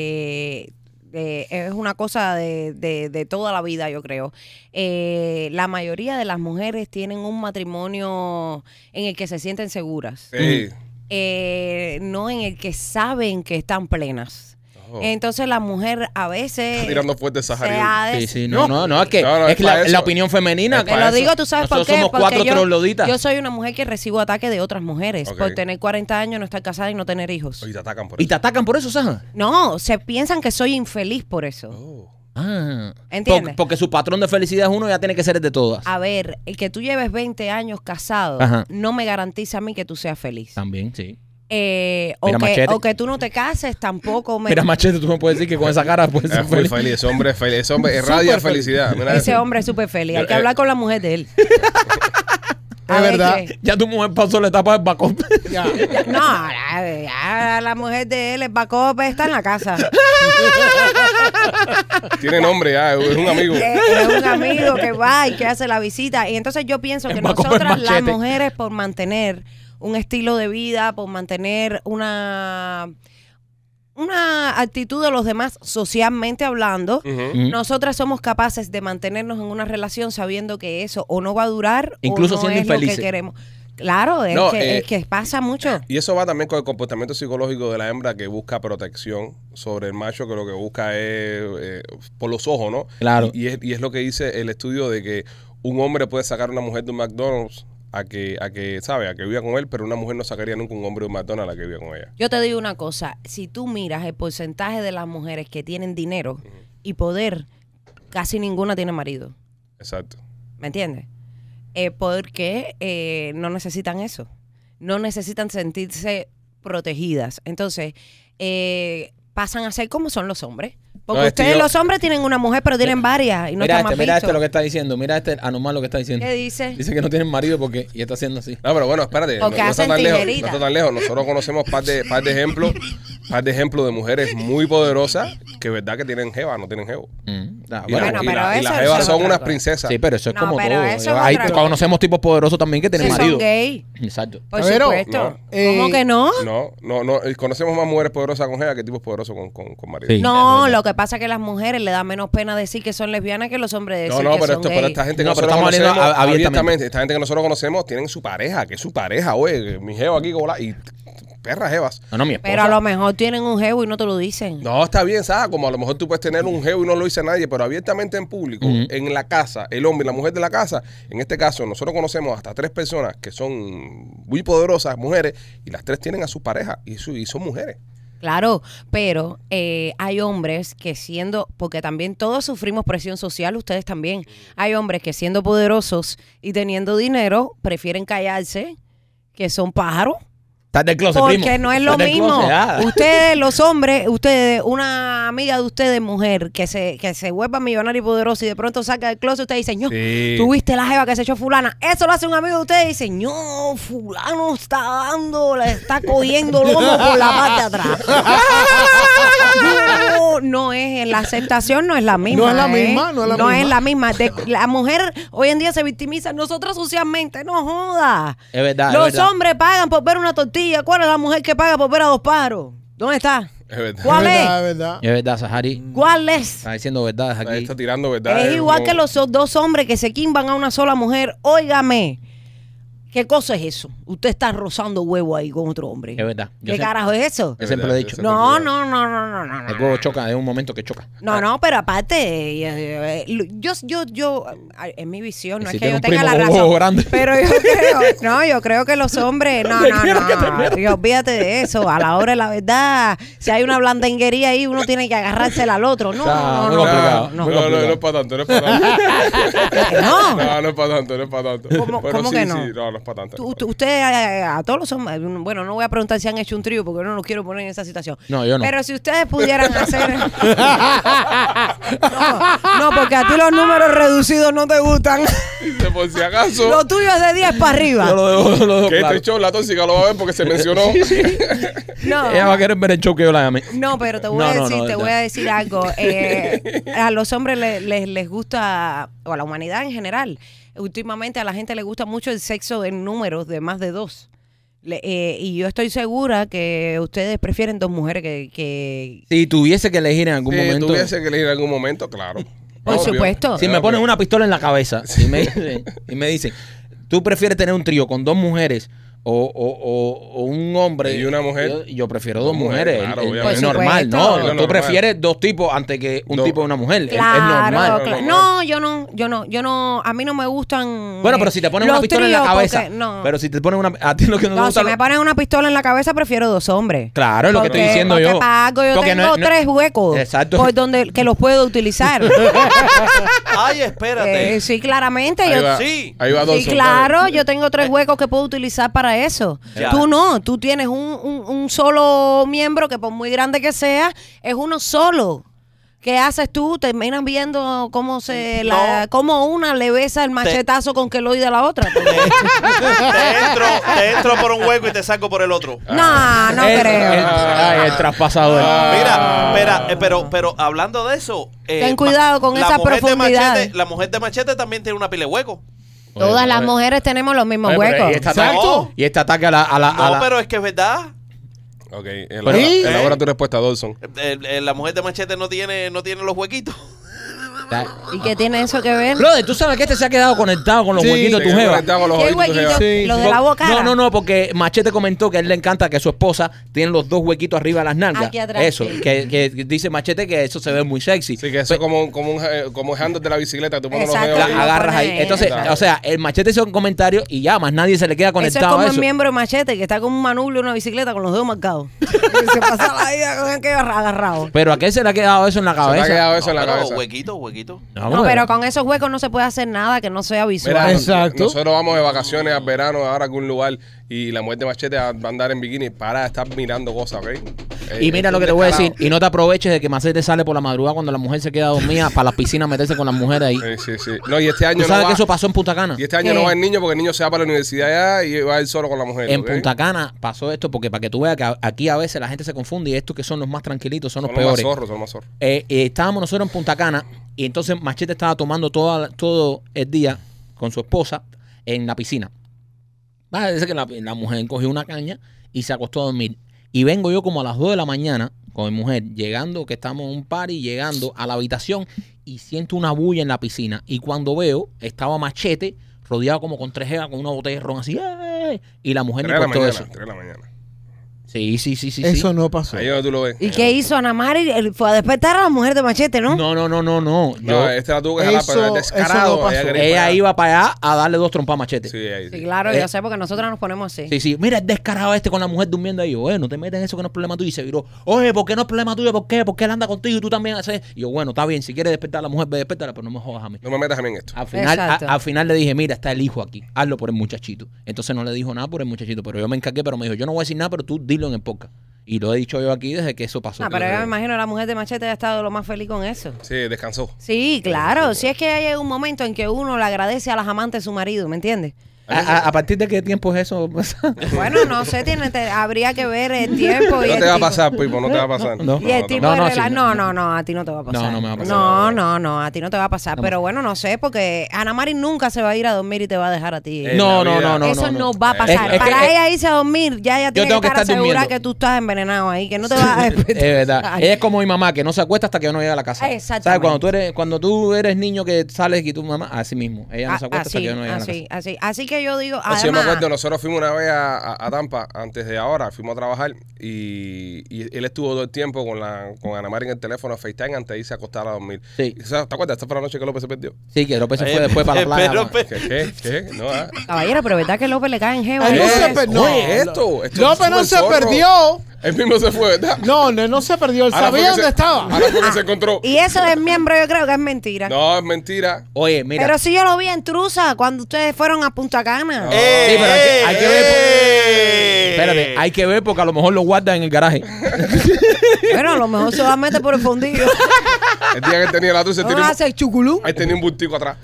es una cosa de toda la vida, yo creo. La mayoría de las mujeres tienen un matrimonio en el que se sienten seguras, Sí. no en el que saben que están plenas. Oh. Entonces la mujer a veces Está tirando fuerte se Sahari. ha Sí, des- sí, no, es que, No, es que es para la eso. opinión femenina. Es Te para lo eso. digo, tú sabes por Nosotros qué. somos Porque 4 trogloditas. yo soy una mujer que recibo ataques de otras mujeres Ok. por tener 40 años, no estar casada y no tener hijos. Oye, te atacan por ¿Y eso. te atacan por eso, Saja? No, se piensan que soy infeliz por eso. Oh. Ah. ¿Entiendes? Porque su patrón de felicidad es uno, ya tiene que ser el de todas. A ver, el que tú lleves 20 años casado Ajá. no me garantiza a mí que tú seas feliz. También, sí. O que tú no te cases tampoco me... Mira, Machete, tú me puedes decir que con esa cara puedes ser Es muy feliz. feliz. Ese hombre es feliz. Ese hombre irradia Súper feliz. felicidad. Mira Ese eso. hombre es súper feliz. Hay que hablar con la mujer de él. A Es ver verdad. qué. Ya tu mujer pasó la etapa del backup. Ya. No, ya la mujer de él, el backup está en la casa. Tiene nombre ya. Es un amigo. Es un amigo que va y que hace la visita. Y entonces yo pienso que El backup nosotras, es las Machete. mujeres, por mantener un estilo de vida, por mantener una actitud de los demás socialmente hablando, Ujú. nosotras somos capaces de mantenernos en una relación sabiendo que eso o no va a durar Incluso o no siendo es lo que infelices. queremos. Claro, No, es que pasa mucho. Y eso va también con el comportamiento psicológico de la hembra que busca protección sobre el macho, que lo que busca es por los ojos, ¿no? Claro. Y es lo que dice el estudio de que un hombre puede sacar a una mujer de un McDonald's a que ¿sabe? A que viva con él, pero una mujer no sacaría nunca un hombre de un McDonald's a que viva con ella. Yo te digo una cosa, si tú miras el porcentaje de las mujeres que tienen dinero y poder, casi ninguna tiene marido. Exacto. ¿Me entiendes? Porque no necesitan eso. No necesitan sentirse protegidas. Entonces, pasan a ser como son los hombres. Porque No, ustedes, yo- los hombres, tienen una mujer, pero tienen varias y no Mira están más mira vistos. lo que está diciendo. Mira anormal lo que está diciendo. ¿Qué dice? Dice que no tienen marido porque y está haciendo así. No, pero bueno, espérate. Porque no está hacen tan lejos. tijerita. No está tan lejos. Nosotros conocemos par de ejemplos de mujeres muy poderosas que verdad que tienen jeva, no tienen jevo. Ah, Y, bueno. Bueno, y pero y eso las es jevas otra son unas cosa. princesas. Sí, pero eso es No, como pero todo. eso es Hay, otra cosa. conocemos tipos poderosos también que tienen Sí, son marido. gay, Exacto. por Pero, supuesto. no. ¿Cómo que no? No. Y conocemos más mujeres poderosas con jeva que tipos poderosos con marido. Sí. No, es lo que pasa es que a las mujeres le da menos pena decir que son lesbianas que los hombres decir No, que pero son pero gay. esta gente que No, pero nosotros estamos hablando conocemos abiertamente. abiertamente, esta gente que nosotros conocemos tienen su pareja, que es su pareja, oye, mi jeva aquí con la y perras jevas. No, mi esposa. Pero a lo mejor tienen un jevo y no te lo dicen. No, está bien, ¿sabes? Como a lo mejor tú puedes tener un jevo y no lo dice nadie, pero abiertamente en público, Ujú. en la casa, el hombre y la mujer de la casa, en este caso nosotros conocemos hasta 3 personas que son muy poderosas, mujeres, y las 3 tienen a su pareja y son mujeres. Claro, pero hay hombres que siendo, porque también todos sufrimos presión social, ustedes también. Hay hombres que siendo poderosos y teniendo dinero, prefieren callarse, que son pájaros. Estás del closet, Porque primo. no es lo Estás del mismo. closet, ah. Ustedes, los hombres, una amiga de ustedes, mujer, que se vuelva millonaria y poderosa y de pronto saca del closet, usted dice, no, Sí. tuviste la jeva que se echó fulana. Eso lo hace un amigo de ustedes y dice, no, fulano está dando, le está cogiendo lomo por la parte de atrás. No es, la aceptación no es la misma. No es la ¿eh? misma, no es la No misma. es la misma. La mujer hoy en día se victimiza. Nosotros socialmente, no joda. Es verdad, es Los verdad. hombres pagan por ver una tortilla. ¿Cuál es la mujer que paga por ver a dos pájaros? ¿Dónde está? Es verdad. ¿Cuál es? Es verdad. Es verdad, Sahari. ¿Cuál es? Está diciendo verdades Ahí aquí. está tirando, ¿verdad? Es igual como- que los dos hombres que se quimban a una sola mujer. Óigame, ¿qué cosa es eso? Usted está rozando huevo ahí con otro hombre. Es verdad. Yo ¿Qué siempre- carajo es eso? Yo siempre lo he dicho. Ese No, es no, no, no, no, no. El huevo choca, es un momento que choca. No, pero aparte, yo, en mi visión, no Si es que tiene yo un tenga primo la con un razón, huevo grande. pero yo creo que los hombres, no, y olvídate de eso, a la hora de la verdad, si hay una blandenguería ahí, uno tiene que agarrársela al otro, no, Está muy no, complicado. no, Muy No, complicado. no es para tanto, no es para tanto. no. No, no es para tanto, no es para tanto. ¿Cómo- Pero cómo sí, que no? sí, no es para tanto. Usted, a todos los hombres, bueno, no voy a preguntar si han hecho un trío porque no los quiero poner en esa situación. No, yo no. Pero si ustedes pudieran hacer... no, porque a ti los números reducidos no te gustan. Dice, por si acaso, Lo tuyo es de 10 para arriba. Yo lo dejo que claro. este show la tóxica lo va a ver porque se mencionó. No. Ella va a querer ver el show que yo la llamé. No, pero te voy a decir algo. A los hombres les gusta, o a la humanidad en general, últimamente a la gente le gusta mucho el sexo en números de más de dos. Y yo estoy segura que ustedes prefieren dos mujeres que Si tuviese que elegir en algún Si momento. tuviese que elegir en algún momento, claro. Por Obvio. supuesto. Si me ponen una pistola en la cabeza y me dicen, ¿tú prefieres tener un trío con dos mujeres o un hombre Y una mujer? Yo prefiero dos Dos mujeres, mujeres. claro, Es obviamente. normal, Por ¿no? supuesto. Es Tú normal. prefieres dos tipos antes que un No. tipo y una mujer. Es Claro, normal. claro. No, yo no, a mí no me gustan. Bueno, pero si te ponen los una pistola en la tríos, cabeza. porque no. Pero si te ponen una. A ti lo que no te No, gusta. si me ponen una pistola en la cabeza, prefiero dos hombres. Claro, es lo que estoy Porque- diciendo porque yo. para algo yo Porque tengo no- no- tres huecos Exacto. por donde que los puedo utilizar. Ay, espérate. Sí, claramente. Ahí Yo, va, Sí. ahí va sí, Dawson, claro, dale. yo tengo tres huecos que puedo utilizar para eso. Ya. Tú no, tú tienes un solo miembro que por muy grande que sea, es uno solo. ¿Qué haces tú? Terminas viendo cómo cómo una le besa el machetazo con queloide a la otra. Te entro por un hueco y te saco por el otro. No creo. Ay, el traspasador. Mira, pero hablando de eso. Ten cuidado con la esa mujer de profundidad. Machete, la mujer de Machete también tiene una pila de hueco. Todas las mujeres tenemos los mismos Oye, pero huecos. Y este ataque, Exacto. y este ataque a la. No, pero es que es verdad. Ok, Pero- elabora tu respuesta, Dawson. La mujer de Machete no tiene los huequitos. ¿Y qué tiene eso que ver? Brother, tú sabes que este se ha quedado conectado con los Sí, huequitos de tu Se jeva. conecta con los ¿Qué ojitos de tu huequito? jeva. Sí. Los de la boca. No, porque Machete comentó que a él le encanta que su esposa tiene los dos huequitos arriba de las nalgas. Aquí atrás, Eso, sí. que dice Machete que eso se ve muy sexy. Sí, que eso es como el handle de la bicicleta. Tú pones los Exacto. dedos La ahí. agarras ahí. Pone- Entonces, Claro. o sea, el Machete hizo un comentario y ya, más nadie se le queda Eso es conectado como a el eso. miembro de Machete que está con un manubrio en una bicicleta con los dedos marcados. Y se pasa la vida con aquello agarrado. Pero ¿a qué se le ha quedado eso en la Se me ha cabeza? quedado eso en la pero cabeza. huequito. No, pero con esos huecos no se puede hacer nada que no sea visual. Mira, Exacto. nosotros vamos de vacaciones al verano ahora a algún lugar y la mujer de Machete va a andar en bikini para de estar mirando cosas, ¿ok? Y mira lo que te voy a decir, y no te aproveches de que Machete sale por la madrugada cuando la mujer se queda dormida para las piscinas meterse con las mujeres ahí. Sí. No, y este año ¿Tú sabes no que va, eso pasó en Punta Cana? y este año ¿Qué? no va el niño porque el niño se va para la universidad allá y va a ir solo con la mujer. En ¿ok? Punta Cana pasó esto porque para que tú veas que aquí a veces la gente se confunde y estos que son los más tranquilitos son los Son los más peores. zorros, son los más zorros. Estábamos nosotros en Punta Cana y entonces Machete estaba tomando todo el día con su esposa en la piscina. Dice que la mujer cogió una caña y se acostó a dormir. Y vengo yo como a las 2 de la mañana con mi mujer, llegando, que estamos en un party, llegando a la habitación y siento una bulla en la piscina. Y cuando veo, estaba Machete rodeado como con 3 jevas con una botella de ron así. ¡eh! Y la mujer 3 ni de la cortó mañana, eso. 3 de la mañana. Sí. Eso no pasó. Ahí donde tú lo ves. ¿Y qué hizo Ana Mari? Él fue a despertar a la mujer de Machete, ¿no? No. No, este la tuvo que jalar, pero es Eso descarado. no pasó. quería ir Ella para allá. iba para allá a darle 2 trompas a Machete. Sí, ahí. Sí, claro, yo sé, porque nosotros nos ponemos así. Sí. Mira, es descarado con la mujer durmiendo ahí. Yo, no te metas en eso que no es problema tuyo. Y se viró. Oye, ¿por qué no es problema tuyo? ¿Por qué? Porque él anda contigo y tú también haces. Y yo, bueno, está bien. Si quieres despertar a la mujer, ve despertarla, pero no me jodas a mí. No me metas a mí en esto. Exacto. Al final le dije, mira, está el hijo aquí. Hazlo por el muchachito. Entonces no le dijo nada por el muchachito. Pero yo me encargué, pero me dijo, yo no voy a decir nada, pero tú dilo en el podcast. Y lo he dicho yo aquí desde que eso pasó. No, pero yo me imagino que la mujer de Machete ha estado lo más feliz con eso. Sí, descansó. Sí, claro. Si es que hay un momento en que uno le agradece a las amantes de su marido, ¿me entiendes? ¿A partir de qué tiempo es eso? Bueno, no sé, habría que ver el tiempo. y No el te va a tipo- pasar, Pipo, no te va a pasar. No. Y el tipo No, de no, rela- sí. no, a ti no te va a pasar. No me va a pasar. No, a ti no te va a pasar. Pero bueno, no sé, porque Ana Mari nunca se va a ir a dormir y te va a dejar a ti. No. Eso no va a pasar. Es que- Para ella irse a dormir, ya ella tiene tengo que que estar estar segura durmiendo. que tú estás envenenado ahí, que no te vas a despertar. Es verdad. Ella es como mi mamá, que no se acuesta hasta que uno llega a la casa. Exactamente. ¿Sabes? Cuando tú eres niño que sales y tu mamá, así mismo. Ella no se acuesta hasta Así, que uno llega a la casa. así que yo digo, Pues sí, yo me además, acuerdo, nosotros fuimos una vez a Tampa, antes de ahora, fuimos a trabajar y él estuvo todo el tiempo con Ana María en el teléfono FaceTime antes de irse a acostar a dormir. Sí. ¿Y ¿te acuerdas? Esta fue la noche que López se perdió. Sí, que López se fue después para la playa. pero- man. ¿Qué? No, caballero, pero ¿verdad que López le cae en jeva? Él no se Eso. per- no, Oye, esto López no es se zorro. perdió. Él mismo se fue, ¿verdad? No se perdió. Él Ahora fue sabía que dónde estaba. Ahora fue que se encontró. Y eso del miembro yo creo que es mentira. No, es mentira. Oye, mira. Pero si yo lo vi en Trusa cuando ustedes fueron a Punta Cana. Sí, pero hay que ver. ¡Eh! Espérate, hay que ver porque a lo mejor lo guardan en el garaje. Bueno, a lo mejor se va a meter por el fondillo. El día que él tenía la tuya, No vas a hacer chuculú. ahí tenía un bultico atrás.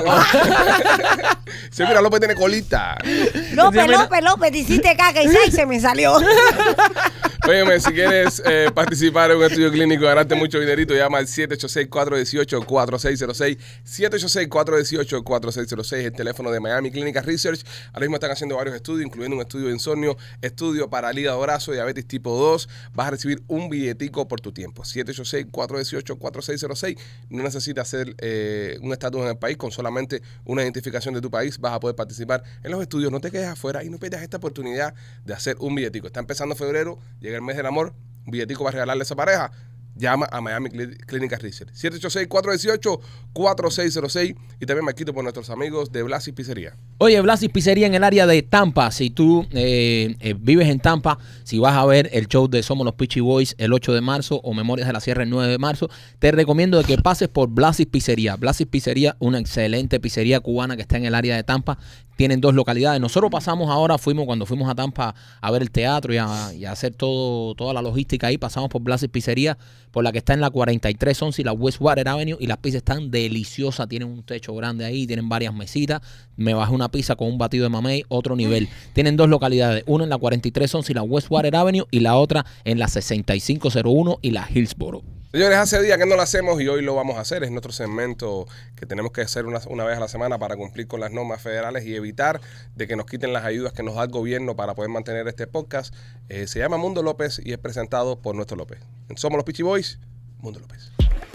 Sí, mira, López tiene colita. López, te hiciste caca y se me salió. Óyeme, si quieres participar en un estudio clínico y ganarte mucho dinerito, llama al 786-418-4606. 786-418-4606, el teléfono de Miami Clinic Research. Ahora mismo están haciendo varios estudios, incluyendo un estudio de insomnio, estudio para el hígado graso, diabetes tipo 2. Vas a recibir un billetico por tu tiempo. 786-418-4606. No necesitas hacer un estatus en el país, con solamente una identificación de tu país vas a poder participar en los estudios. No te quedes afuera y no pierdas esta oportunidad de hacer un billetico. Está empezando febrero, llega el mes del amor, un billetico para regalarle a esa pareja. Llama a Miami Clinic Research. 786-418-4606. Y también me quito por nuestros amigos de Blasis Pizzería. Oye, Blasis Pizzería en el área de Tampa. Si tú vives en Tampa, si vas a ver el show de Somos los Peachy Boys el 8 de marzo o Memorias de la Sierra el 9 de marzo, te recomiendo de que pases por Blasis Pizzería. Blasis Pizzería, una excelente pizzería cubana que está en el área de Tampa. Tienen 2 localidades. Nosotros pasamos ahora, cuando fuimos a Tampa a ver el teatro y a hacer toda la logística ahí, pasamos por Blasis Pizzería, por la que está en la 4311 y la Westwater Avenue, y las pizzas están deliciosas, tienen un techo grande ahí, tienen varias mesitas. Me bajé una pizza con un batido de mamey, otro nivel. Tienen 2 localidades, una en la 4311 y la Westwater Avenue y la otra en la 6501 y la Hillsboro. Señores, hace días que no lo hacemos y hoy lo vamos a hacer. Es nuestro segmento que tenemos que hacer una vez a la semana para cumplir con las normas federales y evitar de que nos quiten las ayudas que nos da el gobierno para poder mantener este podcast. Se llama Mundo López y es presentado por nuestro López. Somos los Peachy Boys, Mundo López.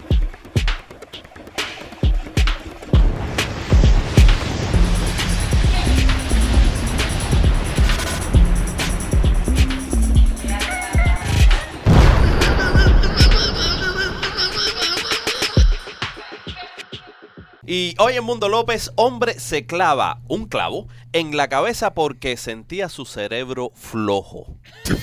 Y hoy en Mundo López, hombre se clava un clavo en la cabeza porque sentía su cerebro flojo.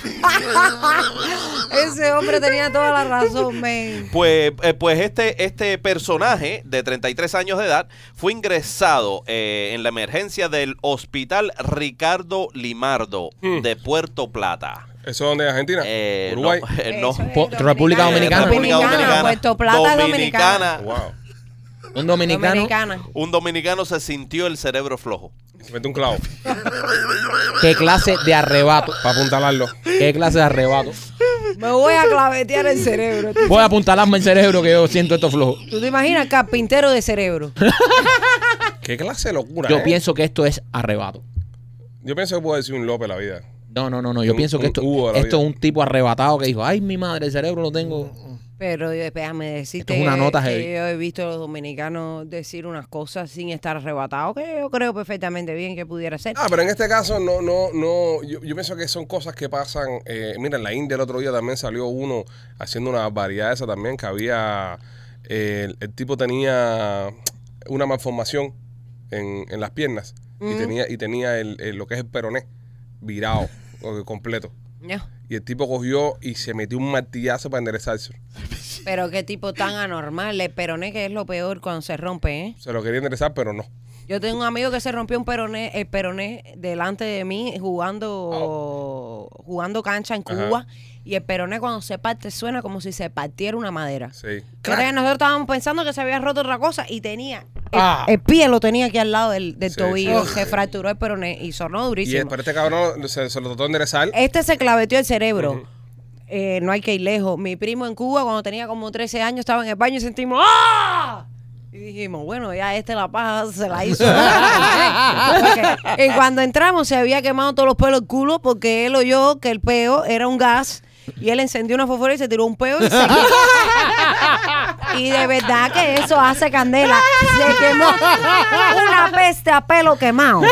Ese hombre tenía toda la razón, men. Pues este personaje de 33 años de edad fue ingresado en la emergencia del Hospital Ricardo Limardo de Puerto Plata. ¿Eso dónde es Argentina? Uruguay. No. Eso es República Dominicana. República Dominicana. Puerto Plata es dominicana. Wow. Un dominicano. Dominicana. Un dominicano se sintió el cerebro flojo. Se mete un clavo ¿Qué clase de arrebato? para apuntalarlo. ¿Qué clase de arrebato? Me voy a clavetear el cerebro. Voy a apuntalarme el cerebro que yo siento esto flojo. ¿Tú te imaginas carpintero de cerebro? ¿Qué clase de locura? Yo pienso que esto es arrebato. Yo pienso que puedo decir un López la vida. No. Yo pienso que un Hugo de la esto es vida. un tipo arrebatado que dijo, ay, mi madre, el cerebro lo tengo. Pero déjame decirte Esto es una nota heavy. que yo he visto a los dominicanos decir unas cosas sin estar arrebatados, que yo creo perfectamente bien que pudiera ser. Pero en este caso yo pienso que son cosas que pasan. Mira, en la India el otro día también salió uno haciendo una barbaridad esa también, que había, el tipo tenía una malformación en las piernas y tenía lo que es el peroné virado completo. Ya. Y el tipo cogió y se metió un martillazo para enderezarse. Pero qué tipo tan anormal, el peroné, que es lo peor cuando se rompe, ¿eh? Se lo quería enderezar, pero no. Yo tengo un amigo que se rompió el peroné delante de mí jugando cancha en Cuba. Y el peroné cuando se parte suena como si se partiera una madera. Sí. Pero nosotros estábamos pensando que se había roto otra cosa y tenía el pie lo tenía aquí al lado del tobillo. Se fracturó el peroné y sonó durísimo. Pero este cabrón se lo trató de enderezar. Este se claveteó el cerebro. No hay que ir lejos. Mi primo en Cuba, cuando tenía como 13 años, estaba en el baño y sentimos ¡ah! Y dijimos, bueno, ya la paja se la hizo. Y cuando entramos se había quemado todos los pelos del culo porque él oyó que el peo era un gas y él encendió una fósfora y se tiró un peo y se quemó. Y de verdad que eso hace candela. Se quemó una peste a pelo quemado.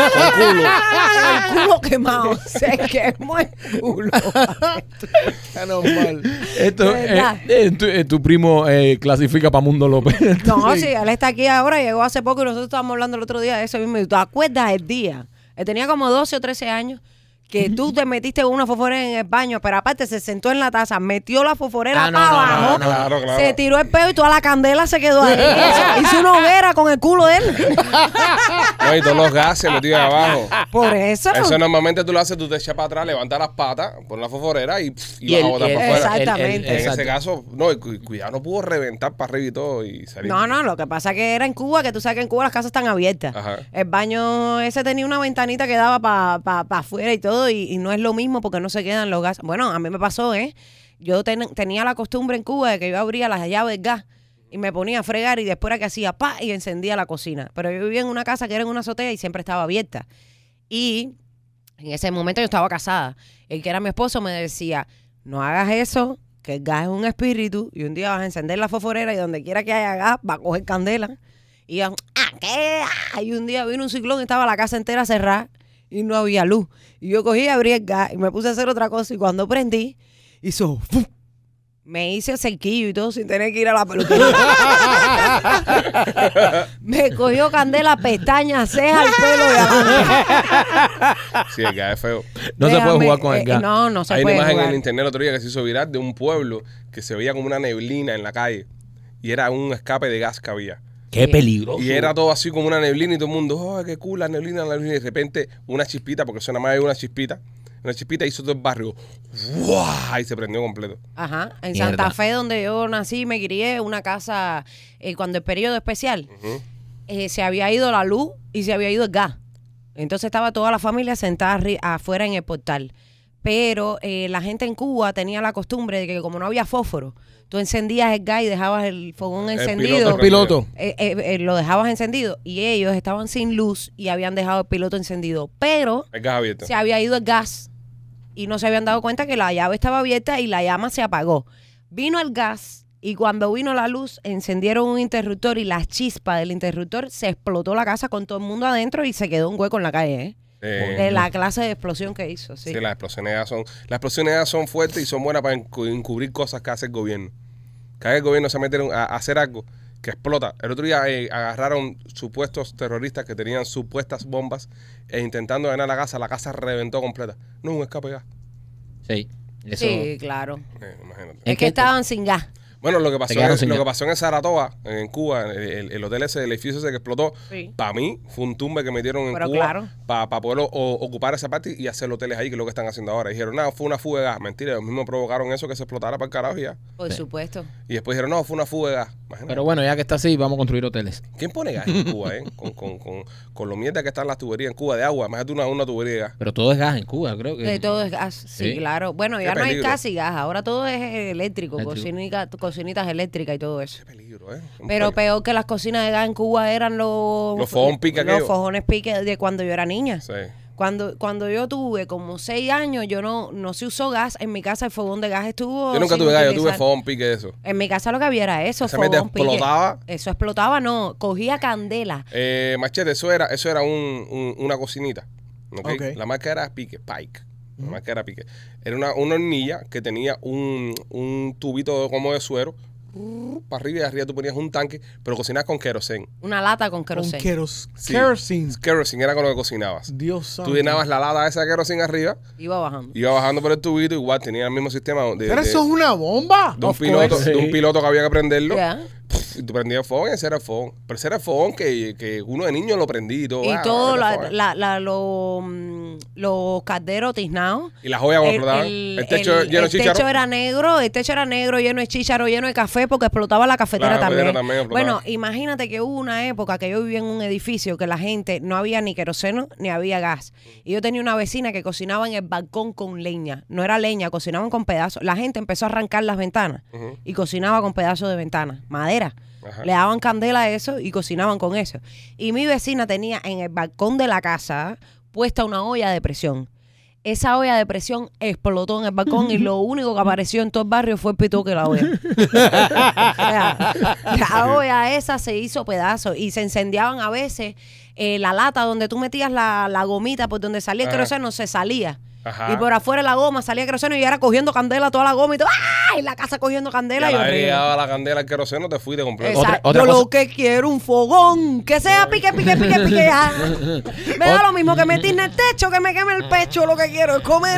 El culo quemado. Se quemó el culo. Normal. Esto, tu primo clasifica para Mundo López. No, sí, él está aquí ahora, llegó hace poco y nosotros estábamos hablando el otro día de eso mismo. ¿Te acuerdas el día? Él tenía como 12 o 13 años. Que tú te metiste con una fosforera en el baño, pero aparte se sentó en la taza, metió la fosforera para abajo, Claro. se tiró el pelo y toda la candela se quedó ahí. Hizo una hoguera con el culo de él. No, y todos los gases metidos ahí abajo. Por eso. Eso normalmente tú lo haces, tú te echas para atrás, levantas las patas, pones la fosforera y vas a botar para afuera. Exactamente. En ese caso, no, cuidado, no pudo reventar para arriba y todo y salir. No, lo que pasa que era en Cuba, que tú sabes que en Cuba las casas están abiertas. Ajá. El baño ese tenía una ventanita que daba para afuera y todo, y no es lo mismo porque no se quedan los gases. Bueno, a mí me pasó, yo tenía la costumbre en Cuba de que yo abría las llaves del gas y me ponía a fregar y después era que hacía y encendía la cocina. Pero yo vivía en una casa que era en una azotea y siempre estaba abierta. Y en ese momento yo estaba casada. El que era mi esposo me decía, no hagas eso, que el gas es un espíritu y un día vas a encender la fosforera y donde quiera que haya gas va a coger candela. Y yo, ¿qué? Y un día vino un ciclón y estaba la casa entera cerrada y no había luz. Y yo cogí y abrí el gas y me puse a hacer otra cosa y cuando prendí, hizo ¡fum! Me hice cerquillo y todo sin tener que ir a la peluquería. Me cogió candela, pestañas, cejas, el pelo y adelante. Sí, el gas es feo. No se puede jugar con el gas. No se Hay una puede imagen jugar. en el internet el otro día que se hizo viral de un pueblo que se veía como una neblina en la calle y era un escape de gas que había. Qué peligroso. Y era todo así como una neblina y todo el mundo, oh, qué cool, la neblina. Y de repente una chispita, porque eso nada más hay una chispita hizo todo el barrio. ¡Wow! Y se prendió completo. Ajá, en Mierda. Santa Fe, donde yo nací y me crié, una casa, cuando el periodo especial, se había ido la luz y se había ido el gas. Entonces estaba toda la familia sentada afuera en el portal. Pero la gente en Cuba tenía la costumbre de que como no había fósforo, tú encendías el gas y dejabas el fogón encendido. El piloto. Lo dejabas encendido y ellos estaban sin luz y habían dejado el piloto encendido. Pero El gas abierto. se había ido el gas y no se habían dado cuenta que la llave estaba abierta y la llama se apagó. Vino el gas y cuando vino la luz encendieron un interruptor y la chispa del interruptor se explotó la casa con todo el mundo adentro y se quedó un hueco en la calle, de la clase de explosión que hizo. Sí. Sí, las explosiones de gas son fuertes y son buenas para encubrir cosas que hace el gobierno. Cada vez el gobierno se mete a hacer algo que explota. El otro día agarraron supuestos terroristas que tenían supuestas bombas e intentando ganar la casa reventó completa. No, un escape de gas. Sí. Eso. Sí, claro. Imagínate. Es que estaban sin gas. Bueno, lo que Se quedaron sin gas. pasó en Saratoga, en Cuba, el hotel ese, el edificio ese que explotó, Sí. para mí fue un tumbe que metieron en Pero Cuba claro. para poder ocupar esa parte y hacer hoteles ahí, que es lo que están haciendo ahora. Dijeron, no, fue una fuga de gas. Mentira, ellos mismos provocaron eso, que se explotara para el carajo y ya. Por supuesto. Y después dijeron, no, fue una fuga de gas. Imagínate. Pero bueno, ya que está así, vamos a construir hoteles. ¿Quién pone gas en Cuba, con lo mierda que están las tuberías en Cuba de agua? Imagínate una tubería de gas. Pero todo es gas en Cuba, creo que. De todo es gas, sí, Sí. claro. Bueno, Qué ya no hay peligro. casi gas, ahora todo es eléctrico, Eléctrico. cocinitas eléctricas y todo eso. Qué peligro, Un Pero peligro. peor que las cocinas de gas en Cuba eran los Los fogón pique los aquellos. fogones pique de cuando yo era niña. Sí. Cuando yo tuve como 6 años, yo no se usó gas. En mi casa el fogón de gas estuvo. Yo nunca sin tuve gas, yo utilizar. tuve fogón pique de eso. En mi casa lo que había era eso, Esa mierda fogón pique. explotaba. Eso explotaba, no. Cogía candela. Machete, eso era una cocinita. ¿Okay? Ok. La marca era Pike. La marca era Pike. Era una hornilla que tenía un tubito como de suero. Para arriba y arriba tú ponías un tanque, pero cocinabas con querosén. Una lata con Con queroseno. Sí. kerosene. Kerosene era con lo que cocinabas. Dios santo. Tú llenabas la lata esa de querosene arriba, Iba bajando. iba bajando por el tubito, igual tenía el mismo sistema Pero eso es una bomba. de un Of piloto, course. de un piloto que había que prenderlo. Ya. Y tú prendías el fogón y ese era el fogón. Pero ese era el fogón que uno de niño lo prendí y todo. Y Ah, todo era fogón. los calderos tiznados. Y la joya cuando explotaban. El techo lleno de el techo chícharo. era negro, lleno de chícharo, lleno de café, porque explotaba la cafetera La cafetera también. también explotaba. Bueno, imagínate que hubo una época que yo vivía en un edificio que la gente no había ni queroseno ni había gas. Y yo tenía una vecina que cocinaba en el balcón con leña. No era leña, cocinaban con pedazos. La gente empezó a arrancar las ventanas Ujú. y cocinaba con pedazos de ventana, madera. Ajá. Le daban candela a eso y cocinaban con eso. Y mi vecina tenía en el balcón de la casa puesta una olla de presión. Esa olla de presión explotó en el balcón y lo único que apareció en todo el barrio fue el pitoque de la olla. O sea, la olla esa se hizo pedazos y se incendiaban a veces. La lata donde tú metías la gomita por donde salía el Ajá. queroseno se salía. Ajá. Y por afuera de la goma salía queroseno y era cogiendo candela toda la goma y todo. ¡Ah! Y la casa cogiendo Y candela a y la vez horrible. llegaba la candela al queroseno, te fuiste completo. Exacto. Otra Yo cosa- lo que quiero un fogón, que sea pique, pique, pique, pique. Ah. Me da lo mismo que me tizne el techo, que me queme el pecho, lo que quiero es comer.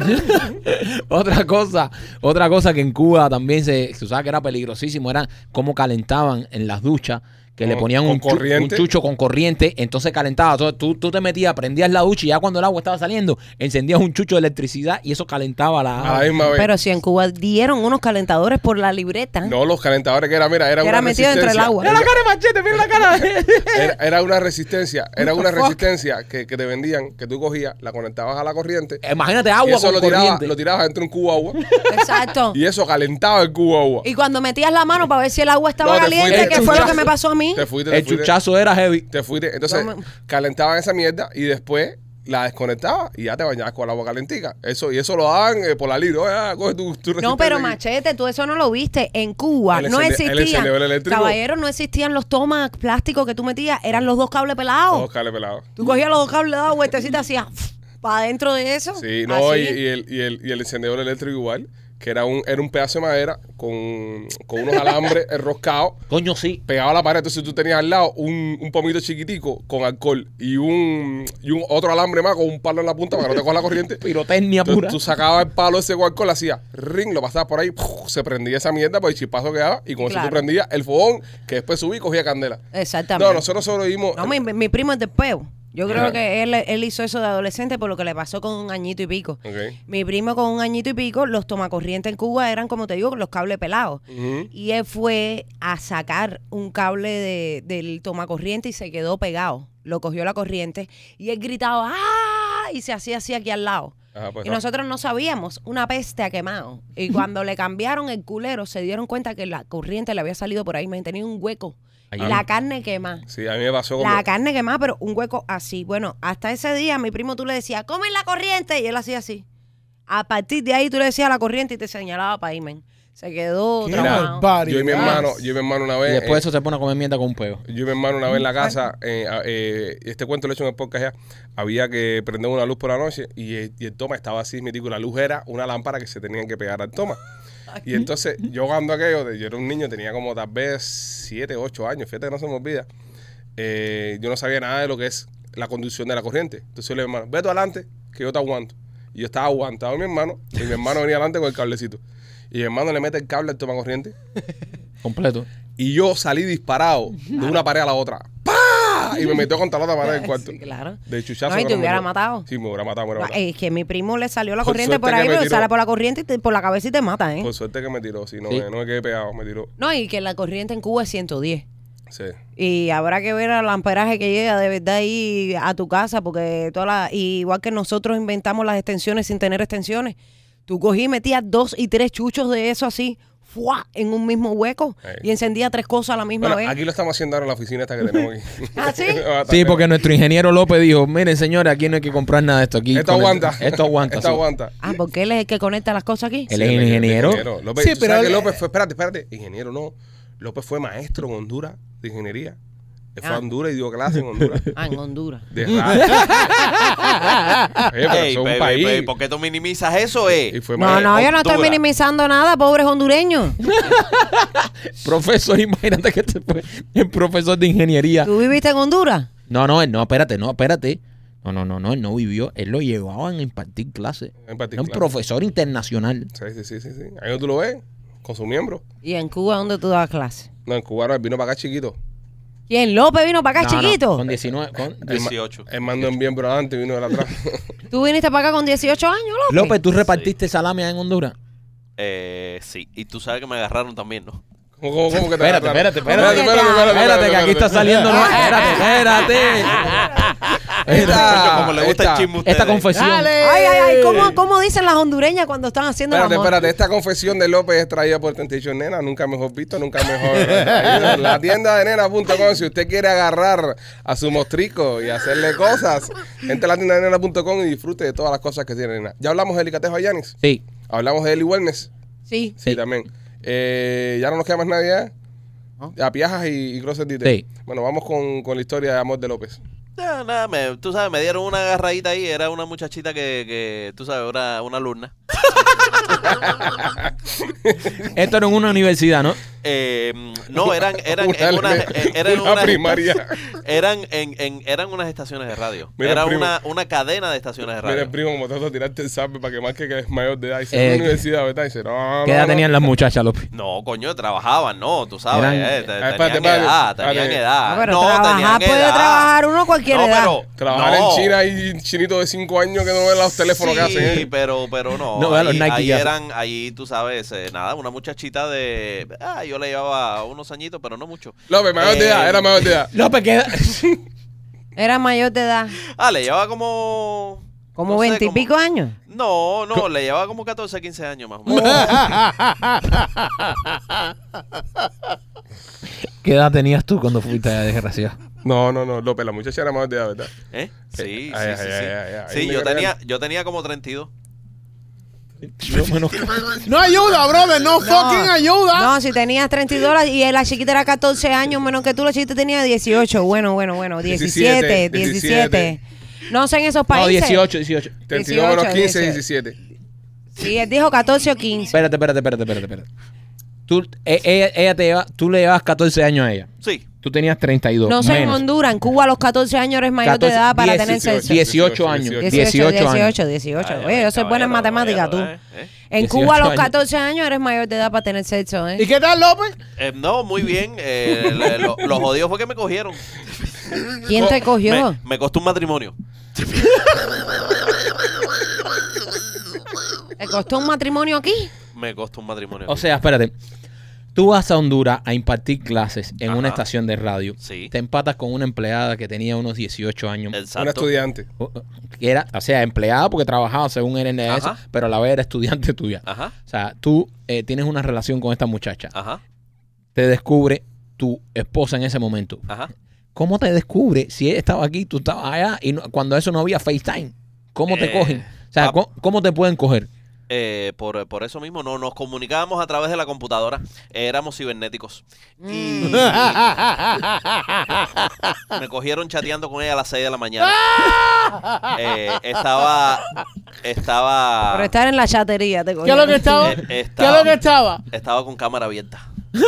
Otra cosa que en Cuba también se usaba que era peligrosísimo era cómo calentaban en las duchas, que le Con- ponían con un corriente. chucho con corriente, entonces calentaba. Entonces, tú te metías, prendías la ducha y ya cuando el agua estaba saliendo, encendías un chucho de electricidad y eso calentaba la A la misma vez. Pero si en Cuba dieron unos calentadores por la libreta. No, los calentadores que era Que una era metido dentro del resistencia. agua. ¡Mira la cara de Machete! ¡Mira la cara! Era una resistencia que te vendían, que tú cogías, la conectabas a la corriente. Imagínate Y agua eso con corriente. lo tirabas dentro de un cubo de agua. Exacto. Y eso calentaba el cubo de agua. Y cuando metías la mano para ver si el agua estaba No, te caliente, fuiste. que fue lo que Chuchazo. me pasó a mí. Te fuiste, El chuchazo era heavy. Te fuiste. Entonces, No me- calentaban esa mierda y después la desconectabas y ya te bañabas con el agua calentica. Y eso lo daban por la libra. Coge tu No, resistencia pero aquí. Machete, tú eso no lo viste. En Cuba El no el existían. encendedor eléctrico. Caballero, no existían los tomas plásticos que tú metías. Eran los dos cables pelados. Todos cables pelados. Tú cogías los dos cables, le dabas vueltecita, hacías para adentro de eso. Sí, no, así. y el encendedor eléctrico igual, que era un pedazo de madera con unos alambres enroscados Coño, sí. pegado a la pared. Entonces tú tenías al lado un pomito chiquitico con alcohol y un otro alambre más con un palo en la punta para que no te coja la corriente. Pirotecnia pura. Tú sacabas el palo ese con alcohol, hacías ring, lo pasabas por ahí, ¡puf! Se prendía esa mierda, pues el chispazo quedaba y con eso Claro. tú prendías el fogón que después subí y cogía candela. Exactamente. No, nosotros sobrevivimos. No, mi primo es de peo. Yo creo Ajá. que él hizo eso de adolescente por lo que le pasó con un añito y pico. Ok. Mi primo con un añito y pico, los tomacorrientes en Cuba eran, como te digo, los cables pelados. Ujú. Y él fue a sacar un cable del tomacorriente y se quedó pegado. Lo cogió la corriente y él gritaba ¡ah! Y se hacía así aquí al lado. Ajá, pues, Y nosotros no sabíamos, una peste ha quemado. Y cuando le cambiaron el culero, se dieron cuenta que la corriente le había salido por ahí, me tenía un hueco. Ahí. La carne quema. Sí, a mí me pasó como... La carne quemada, pero un hueco así. Bueno, hasta ese día mi primo tú le decías, ¡comen la corriente! Y él hacía así. A partir de ahí tú le decías a la corriente y te señalaba para Imen. Se quedó Qué traumado. barbaridad. Yo y mi hermano una Y vez... después eso se pone a comer mierda con un peo. Yo y mi hermano una vez en la casa, este cuento lo he hecho en el podcast ya, había que prender una luz por la noche y el toma estaba así, mi tico, la luz era una lámpara que se tenían que pegar al toma. Y entonces yo cuando aquello, yo era un niño, tenía como tal vez 7, 8 años, fíjate que no se me olvida, yo no sabía nada de lo que es la conducción de la corriente. Entonces yo le dije, hermano, ve tú adelante, que yo te aguanto. Y yo estaba aguantado a mi hermano, y mi hermano venía adelante con el cablecito. Y mi hermano le mete el cable al toma corriente. Completo. Y yo salí disparado de una pared a la otra. ¡Pah! Y me metió contra la otra pared del cuarto. Sí, claro. De chuchazo. No, y que te nos hubiera metió. matado. Sí, me hubiera matado. Me hubiera matado. Es que a mi primo le salió la Por corriente por suerte ahí, que me pero tiró. sale por la corriente y por la cabeza y te mata, ¿eh? Por suerte que me tiró. Si no, Sí. no me quedé pegado, me tiró. No, y que la corriente en Cuba es 110. Sí. Y habrá que ver el amperaje que llega de verdad ahí a tu casa, porque igual que nosotros inventamos las extensiones sin tener extensiones, Tú cogí y metías 2 y 3 chuchos de eso así, ¡fua! En un mismo hueco y encendía 3 cosas a la misma vez. Aquí lo estamos haciendo ahora en la oficina esta que tenemos aquí. ¿Ah, sí? Sí, porque nuestro ingeniero López dijo, miren señores, aquí no hay que comprar nada de esto. Aquí Esto aguanta. Esto aguanta. Esto sí. aguanta. Ah, porque él es el que conecta las cosas aquí. Él es ingeniero. López, Sí, ¿tú pero sabes que él- López fue, espérate, ingeniero no. López fue maestro en Honduras de ingeniería. Él fue a Honduras y dio clase en Honduras. Ah, en Honduras. De radio. Oye, pero Ey, eso es un baby, país. baby, ¿por qué tú minimizas eso, Y fue No, maestro. no, yo no estoy Honduras. minimizando nada, pobres hondureños. Profesor, imagínate que este fue el profesor de ingeniería. ¿Tú viviste en Honduras? No, él no, espérate. No, él no vivió. Él lo llevaban a impartir clases. Impartir Era un clases. profesor internacional. Sí. Ahí donde tú lo ves, con su miembro. ¿Y en Cuba dónde tú dabas clase? No, en Cuba no, él vino para acá chiquito. ¿Quién? ¿López vino para acá, No, no, chiquito? con 19. Con 18. Él mandó en miembro adelante y vino de atrás. ¿Tú viniste para acá con 18 años, López? López, ¿tú repartiste salami en Honduras? Sí, y tú sabes que me agarraron también, ¿no? ¿Cómo que te Espérate, agarraron? espérate. Espérate, que aquí está saliendo. No, espérate. Como le gusta el chisme a ustedes. Esta confesión. Ay, ¿cómo dicen las hondureñas cuando están haciendo el amor? Espérate. Esta confesión de López es traída por Temptation Nena. Nunca mejor visto, nunca mejor traído. La tienda de nena.com. Si usted quiere agarrar a su mostrico y hacerle cosas, entre a la tienda de nena.com y disfrute de todas las cosas que tiene Nena. ¿Ya hablamos de Delicatejo Ayanis? Sí. ¿Hablamos de Eli Wellness? Sí. Sí, también. Ya no nos queda más nadie, ¿eh? Ya Piajas y Closet Detail. Sí. Bueno, vamos con la historia de amor de López. Nada, tú sabes, me dieron una agarradita ahí. Era una muchachita que tú sabes, era una alumna. Esto era en una universidad, ¿no? No, eran en una primaria. Eran eran unas estaciones de radio. Mira, Era primo. una cadena de estaciones de Mira el radio. primo como trata de tirarte el sabe para que marque que es mayor de edad. Dice, Eh, en la universidad, ¿verdad? Dice, no. ¿Qué edad tenían las muchachas, López? No, coño, trabajaban, no, tú sabes. Eran- espérate, Tenían edad, espérate. tenían edad. No, pero No, trabajar tenían puede edad. trabajar uno a cualquier No, edad. pero Trabajar no. en China y un chinito de 5 años que no ve los teléfonos que Sí, hacen. ¿eh? pero no. No, vean los Nike ahí que eran, ahí tú sabes, nada, una muchachita de. Yo le llevaba unos añitos, pero no mucho. López, mayor de edad, era mayor de edad. López, ¿qué edad? Era mayor de edad. Le llevaba como. ¿Como no sé, 20 y pico años? No, le llevaba como 14, 15 años más o menos. ¿Qué edad tenías tú cuando fuiste a desgraciado? No, López, la muchacha era mayor de edad, ¿verdad? Sí, Ay, sí. ay, Sí, yo tenía como 32. No ayuda, brother, no fucking ayuda. No, si tenías $30 y la chiquita era 14 años menos que tú, la chiquita tenía 18. Bueno, 17, 17. No sé en esos No, países. 18. 32 menos 15, 18. 17. Sí, él dijo 14 o 15. Espérate. Tú le llevas 14 años a ella. Sí. Tú tenías 32. No sé en menos. Honduras, en Cuba a los 14 años eres mayor de 14, edad para 10, tener sexo. 18 años. 18 años. 18. Oye, yo soy buena en matemáticas, tú. En 18 Cuba a los años. 14 años eres mayor de edad para tener sexo, ¿Y qué tal, López? No, muy bien. Lo jodido fue que me cogieron. ¿Quién te cogió? Me costó un matrimonio. ¿Te costó un matrimonio aquí? Me costó un matrimonio. O sea, espérate. Tú vas a Honduras a impartir clases en Ajá. una estación de radio. Sí. Te empatas con una empleada que tenía unos 18 años. Exacto. Un estudiante. Que era, o sea, empleada porque trabajaba según el NS, Ajá. pero a la vez era estudiante tuya. Ajá, O sea, tú tienes una relación con esta muchacha. ajá, Te descubre tu esposa en ese momento. ajá. ¿Cómo te descubre si ella estaba aquí, tú estabas allá y cuando eso no había FaceTime? ¿Cómo te cogen? O sea, ¿cómo te pueden coger? Por eso mismo no nos comunicábamos a través de la computadora. Éramos cibernéticos. Y me cogieron chateando con ella a las 6 de la mañana. Estaba Por estar en la chatería te ¿Qué es cogió. lo que estaba? ¿Qué es lo que estaba? estaba con cámara abierta.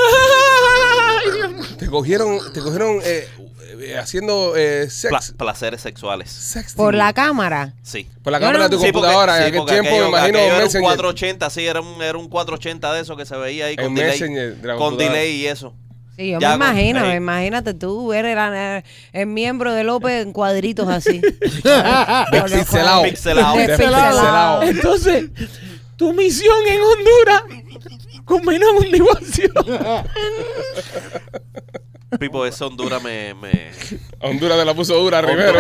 Te cogieron haciendo sex. Placeres sexuales. Sexting. Por la cámara. Sí. Por la cámara de tu Sí, computadora. En aquel porque tiempo, aquello- me imagino, aquello era un Messenger. 480, sí, era un 480 de eso que se veía ahí En con delay. Messenger de la Con computadora. delay y eso. Sí, yo Ya me imagino, con- imagínate tú, eres el miembro de López en cuadritos así. Despixelado. Pixelado. Despixelado. Entonces, tu misión en Honduras culminó en un divorcio. Pipo, esa Honduras me... Honduras te la puso dura, Rivero.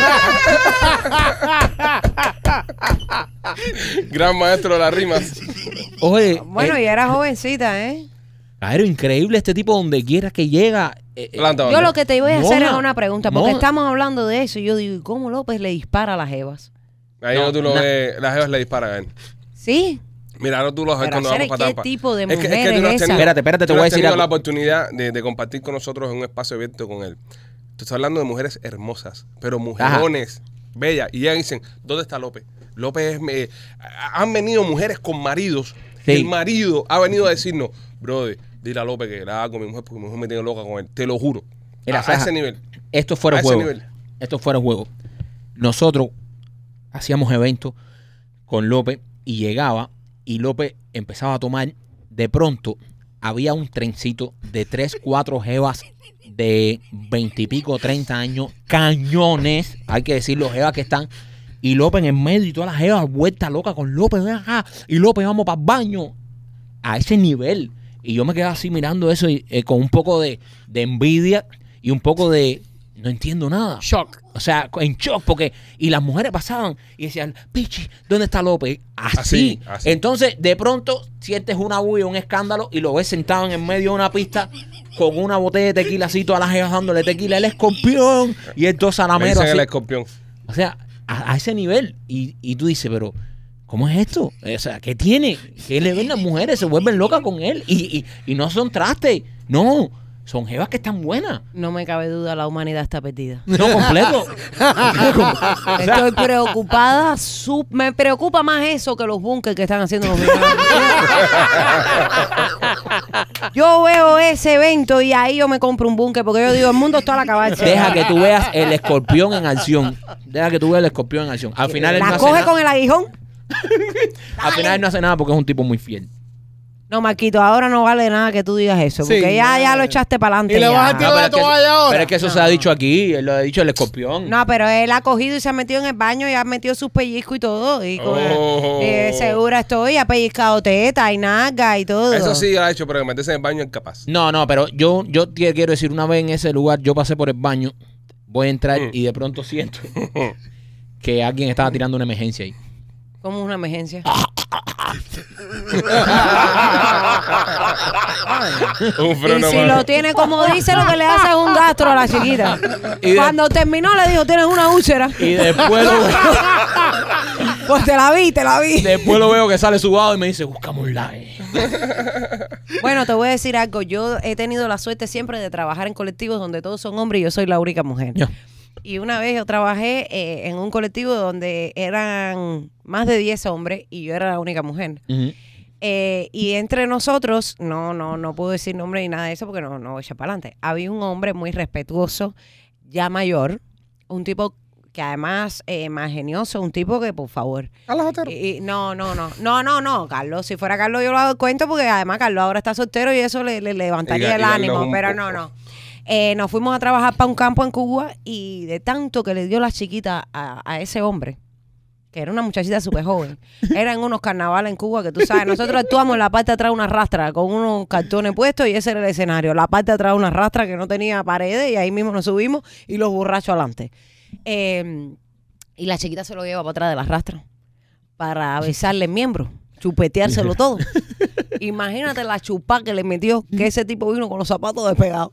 Gran maestro de las rimas. Oye, Bueno, y era jovencita, ¿eh? Jairo, increíble este tipo donde quiera que llega. Planta, Yo banda. lo que te voy a hacer es una pregunta, porque Moja. estamos hablando de eso. Y yo digo, ¿y cómo López le dispara a las jevas? Ahí no, tú lo ves, las jevas le disparan a él. ¿Sí? Mira, no tú lo ves Pero cuando hacer, vamos para ¿qué Tampa. tipo de Es que mujer tú no has es tenido- esa? Espérate, te tú no voy a has decir tenido algo. la oportunidad de compartir con nosotros en un espacio abierto con él. Tú estás hablando de mujeres hermosas, pero mujerones, bellas. Y ellas dicen, ¿dónde está López? López es... han venido mujeres con maridos. Sí. El marido ha venido a decirnos, brother, dile a López que la haga con mi mujer porque mi mujer me tiene loca con él. Te lo juro. Mira, a Saja, ese nivel. Esto fuera A ese juego. nivel. Esto fuera juego. Nosotros hacíamos eventos con López y llegaba y López empezaba a tomar. De pronto había un trencito de 3, 4 jevas de 20 y pico, 30 años, cañones, hay que decirlo, jevas que están. Y López en el medio y todas las jevas vuelta loca con López, ven acá. Y López, vamos para el baño. A ese nivel. Y yo me quedaba así mirando eso y, con un poco de envidia y un poco de... No entiendo nada. Shock. O sea, en shock, porque... Y las mujeres pasaban y decían, Pichi, ¿dónde está López? Así. Así. Entonces, de pronto, sientes una bulla, un escándalo y lo ves sentado en el medio de una pista con una botella de tequila así, todas las jevas dándole tequila, el escorpión y el dos Le salamero dicen así. el escorpión. O sea, a ese nivel. Y tú dices, pero... ¿Cómo es esto? O sea, ¿qué tiene? ¿Qué le ven las mujeres? Se vuelven locas con él. Y no son trastes. No. Son jevas que están buenas. No me cabe duda, la humanidad está perdida. No, completo. Estoy preocupada. Me preocupa más eso que los bunkers que están haciendo los mexicanos. Yo veo ese evento y ahí yo me compro un búnker porque yo digo, el mundo está a la cabacha. Deja que tú veas el escorpión en acción. Deja que tú veas el escorpión en acción. Al final él no ¿La hace coge nada. con el aguijón? Al final él no hace nada porque es un tipo muy fiel. No, Marquito, ahora no vale nada que tú digas eso. Sí, Porque ya lo echaste para adelante. Y le vas a tirar la es que, toalla ahora. pero es que eso se ha dicho aquí. Él lo ha dicho el escorpión. No, pero él ha cogido y se ha metido en el baño y ha metido sus pellizcos y todo. Y Oh. segura estoy, ha pellizcado teta y naga y todo. Eso sí lo ha hecho, pero que meterse en el baño es capaz. No, pero yo te quiero decir, una vez en ese lugar, yo pasé por el baño, voy a entrar y de pronto siento que alguien estaba tirando una emergencia ahí. Como una emergencia. Un Y freno si más. lo tiene como dice, lo que le hace es un gastro a la chiquita. Y de- Cuando terminó le dijo, tienes una úlcera. Y después Pues te la vi. después lo veo que sale subado y me dice, buscamos la Bueno, te voy a decir algo. Yo he tenido la suerte siempre de trabajar en colectivos donde todos son hombres y yo soy la única mujer. Ya. Y una vez yo trabajé en un colectivo donde eran más de 10 hombres y yo era la única mujer. Ujú. Y entre nosotros, no puedo decir nombre ni nada de eso porque no voy a echar para adelante. Había un hombre muy respetuoso, ya mayor, un tipo que además más genioso, un tipo que, por favor. Carlos Otero. No, Carlos, si fuera Carlos yo lo hago cuento porque además Carlos ahora está soltero y eso le levantaría el Y Carlos ánimo, es un pero poco. no. Nos fuimos a trabajar para un campo en Cuba y de tanto que le dio la chiquita a ese hombre, que era una muchachita súper joven, era en unos carnavales en Cuba que tú sabes, nosotros actuamos en la parte de atrás de una rastra con unos cartones puestos y ese era el escenario, la parte de atrás de una rastra que no tenía paredes y ahí mismo nos subimos y los borrachos adelante. Y la chiquita se lo lleva para atrás de la rastra para besarle el miembro, chupeteárselo todo. Imagínate la chupa que le metió, que ese tipo vino con los zapatos despegados.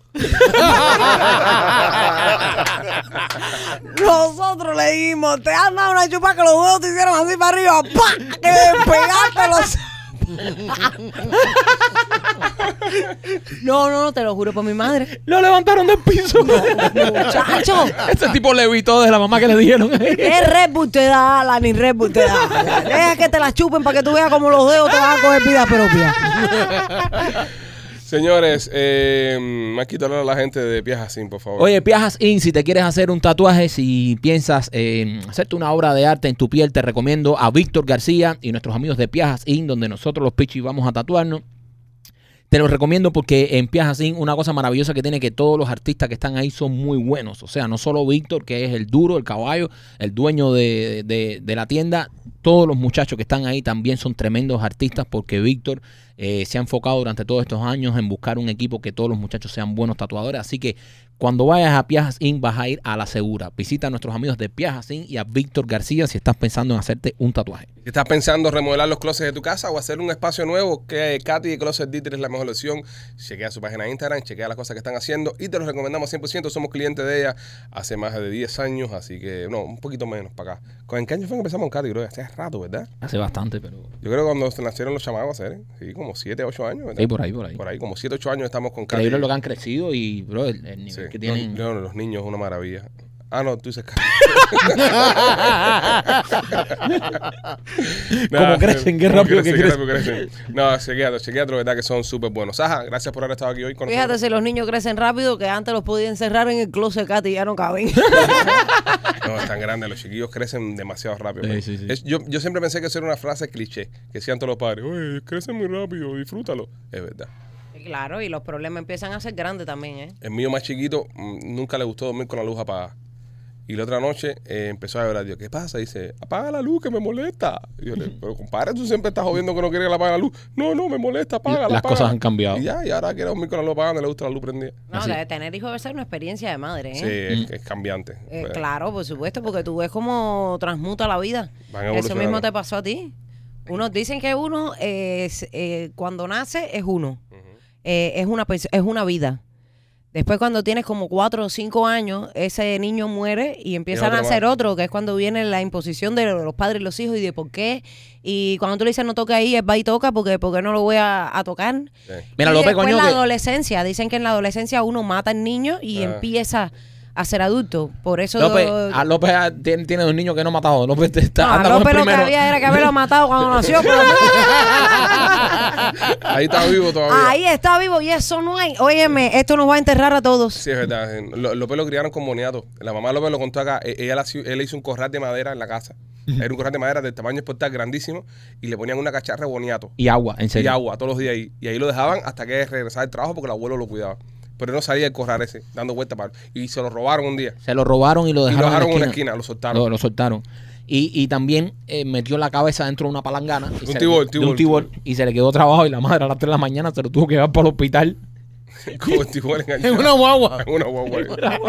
Nosotros le dijimos, te han dado una chupa que los dedos te hicieron así para arriba, ¡pah! Que despegaste los... No, te lo juro por mi madre. Lo levantaron del piso. Muchacho, Ese tipo levitó de la mamá que le dijeron. ¿qué Red Bull te da, la ni Red Bull te da? Deja que te la chupen para que tú veas cómo los dedos te van a coger vida propia. Señores, Marquito, hablar a la gente de Piaja Sin, por favor. Oye, Piajas Inc., si te quieres hacer un tatuaje, si piensas hacerte una obra de arte en tu piel, te recomiendo a Víctor García y nuestros amigos de Piajas Inc., donde nosotros los pichis vamos a tatuarnos. Te lo recomiendo porque en Piajas Inc. una cosa maravillosa que tiene que todos los artistas que están ahí son muy buenos. O sea, no solo Víctor, que es el duro, el caballo, el dueño de la tienda. Todos los muchachos que están ahí también son tremendos artistas porque Víctor se ha enfocado durante todos estos años en buscar un equipo que todos los muchachos sean buenos tatuadores. Así que cuando vayas a Piajas Inc. vas a ir a la segura. Visita a nuestros amigos de Piajas Inc. y a Víctor García si estás pensando en hacerte un tatuaje. Si estás pensando remodelar los closets de tu casa o hacer un espacio nuevo, que Katy de Closet Dieter es la mejor opción. Chequea su página de Instagram, chequea las cosas que están haciendo y te los recomendamos 100%. Somos clientes de ella hace más de 10 años, así que no, un poquito menos para acá. ¿En qué año fue que empezamos con Katy, bro? Hace rato, ¿verdad? Hace bastante, pero... Yo creo que cuando nacieron los chamacos, sí, como 7, 8 años, ¿verdad? Sí, por ahí. Por ahí, como 7, 8 años estamos con Katy. Increíble lo que han crecido y, bro, el nivel Sí. que tienen... Los niños es una maravilla. Ah, no, tú dices Katy. ¿Cómo crecen? Qué rápido que crecen. No, chequeate, verdad que son súper buenos. Saja, gracias por haber estado aquí hoy con Fíjate nosotros. si los niños crecen rápido, que antes los podían encerrar en el closet, Katy, y ya no caben. No, están grandes, los chiquillos crecen demasiado rápido. Sí. Yo siempre pensé que eso era una frase cliché, que decían todos los padres, oye, crecen muy rápido, disfrútalo. Es verdad. Claro, y los problemas empiezan a ser grandes también, ¿eh? El mío más chiquito nunca le gustó dormir con la luz apagada. Y la otra noche empezó a llorar. Digo, ¿qué pasa? Dice, apaga la luz que me molesta. Y yo le pero compadre, tú siempre estás jodiendo que no quieres que la apague la luz. No, me molesta, apágala. Las cosas han cambiado. Y ahora quiere dormir con la luz apagada, no le gusta la luz prendida. No, Así. de tener hijos debe ser una experiencia de madre, Sí, ¿eh? es cambiante. Claro, por supuesto, porque tú ves cómo transmuta la vida. Van Eso evolucionando. mismo te pasó a ti. Unos dicen que uno, cuando nace, es uno. Es una vida. Después cuando tienes como 4 o 5 años, ese niño muere y empiezan a nacer otro, que es cuando viene la imposición de los padres y los hijos y de por qué. Y cuando tú le dices no toque ahí, él va y toca porque no lo voy a tocar. Sí. Mira, y López, después coño, la que... adolescencia, dicen que en la adolescencia uno mata al niño y empieza a ser adulto. Por eso López tiene 2 niños que no ha matado. López no, anda a con el López lo que primero. había era que haberlo matado cuando nació. Pero Ahí está vivo todavía. ahí está vivo y eso no hay. Óyeme, esto nos va a enterrar a todos. Sí, es verdad. López lo criaron con boniato. La mamá López lo contó acá. Él hizo un corral de madera en la casa. Era un corral de madera del tamaño exportar grandísimo y le ponían una cacharra de boniato. Y agua, en Y serio. agua todos los días ahí. Y ahí lo dejaban hasta que regresaba del trabajo porque el abuelo lo cuidaba. Pero él no salía del corral ese, dando vueltas para... Y se lo robaron un día. Se lo robaron y lo Y dejaron, lo dejaron en una esquina. esquina, lo soltaron. Lo soltaron. Y también metió la cabeza dentro de una palangana. Y Un se- tibol, de un tibol, y se le quedó trabajo y la madre a las 3 de la mañana se lo tuvo que llevar para el hospital. Como el tibol enganchado. En una guagua. En una guagua.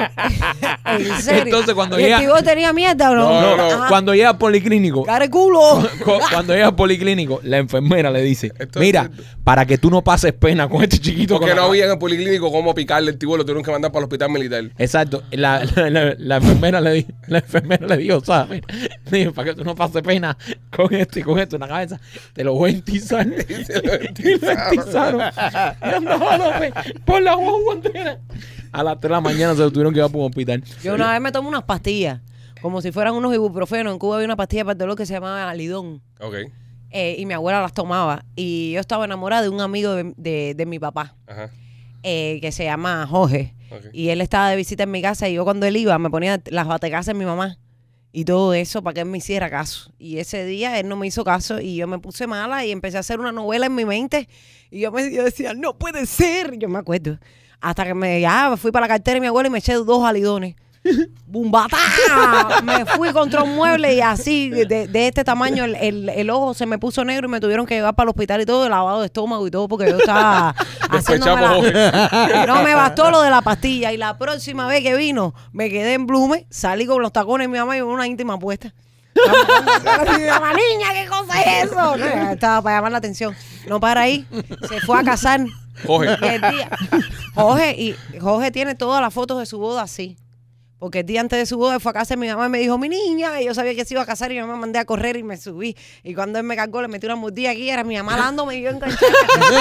En serio. Entonces, cuando ¿Y llega- el tío tenía mierda o no? No. Ajá. Cuando llega al policlínico, ¡Care culo! cuando llega al policlínico, la enfermera le dice, Entonces- mira, para que tú no pases pena con este chiquito. Porque con no la- había en el policlínico cómo picarle el tibol, lo tuvieron que mandar para el hospital militar. Exacto. La enfermera le dijo, ¿sabes? Le dijo, para que tú no pases pena con esto y con esto en la cabeza, te lo voy a entizar. se lo Y lo entizaron. Y andaba López por la guagua entera. A las 3 de la mañana se lo tuvieron que llevar para un hospital. Yo una vez me tomé unas pastillas, como si fueran unos ibuprofenos. En Cuba había una pastilla para el dolor que se llamaba Alidón. Ok. Y mi abuela las tomaba. Y yo estaba enamorada de un amigo de mi papá, Ajá. que se llama Jorge. Ok. Y él estaba de visita en mi casa y yo cuando él iba me ponía las batecasas en mi mamá. Y todo eso para que él me hiciera caso. Y ese día él no me hizo caso y yo me puse mala y empecé a hacer una novela en mi mente. Y yo decía, no puede ser. Yo me acuerdo. Hasta que me fui para la cartera de mi abuela y me eché 2 alidones. ¡Bumbatá! Me fui contra un mueble y así, de este tamaño, el ojo se me puso negro y me tuvieron que llevar para el hospital y todo, lavado de estómago y todo, porque yo estaba Despechado por haciéndome no me bastó lo de la pastilla. Y la próxima vez que vino, me quedé en Blume, salí con los tacones de mi mamá y una íntima puesta. Mi mamá, niña, ¿qué cosa es eso? No, estaba para llamar la atención. No para ahí, se fue a casar. Jorge. Y el día, Jorge tiene todas las fotos de su boda así. Porque el día antes de su boda fue a casa de mi mamá y me dijo, mi niña, y yo sabía que se iba a casar y mi mamá me mandé a correr y me subí. Y cuando él me cargó, le metí una mordida aquí, era mi mamá dándome y yo enganchada.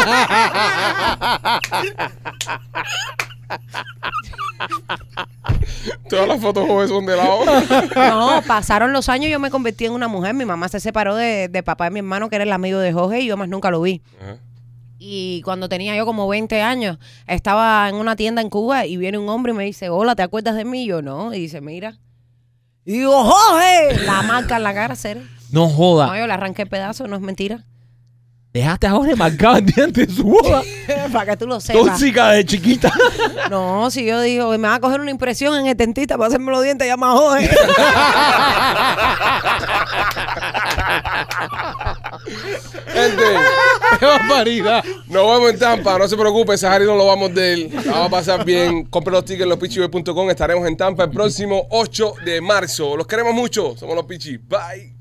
Todas las fotos jóvenes son de la hora. No, pasaron los años y yo me convertí en una mujer. Mi mamá se separó de papá de mi hermano, que era el amigo de Jorge, y yo más nunca lo vi. Ajá. Y cuando tenía yo como 20 años, estaba en una tienda en Cuba y viene un hombre y me dice, hola, ¿te acuerdas de mí? Y yo, no. Y dice, mira. Y digo, Jorge, la marca en la cara, cero. No joda. No, yo le arranqué el pedazo, no es mentira. Dejaste a Jorge marcado antes de su boda. Para que tú lo sepas. Tóxica de chiquita. No, si yo digo, me va a coger una impresión en el dentista para hacerme los dientes, llama a Jorge. Gente, ¡Qué barbaridad! nos vemos en Tampa. No se preocupe, Sahari no lo vamos de él. La vamos a pasar bien. Compre los tickets en lospitchyboys.com. Estaremos en Tampa el próximo 8 de marzo. Los queremos mucho. Somos los Pichi. Bye.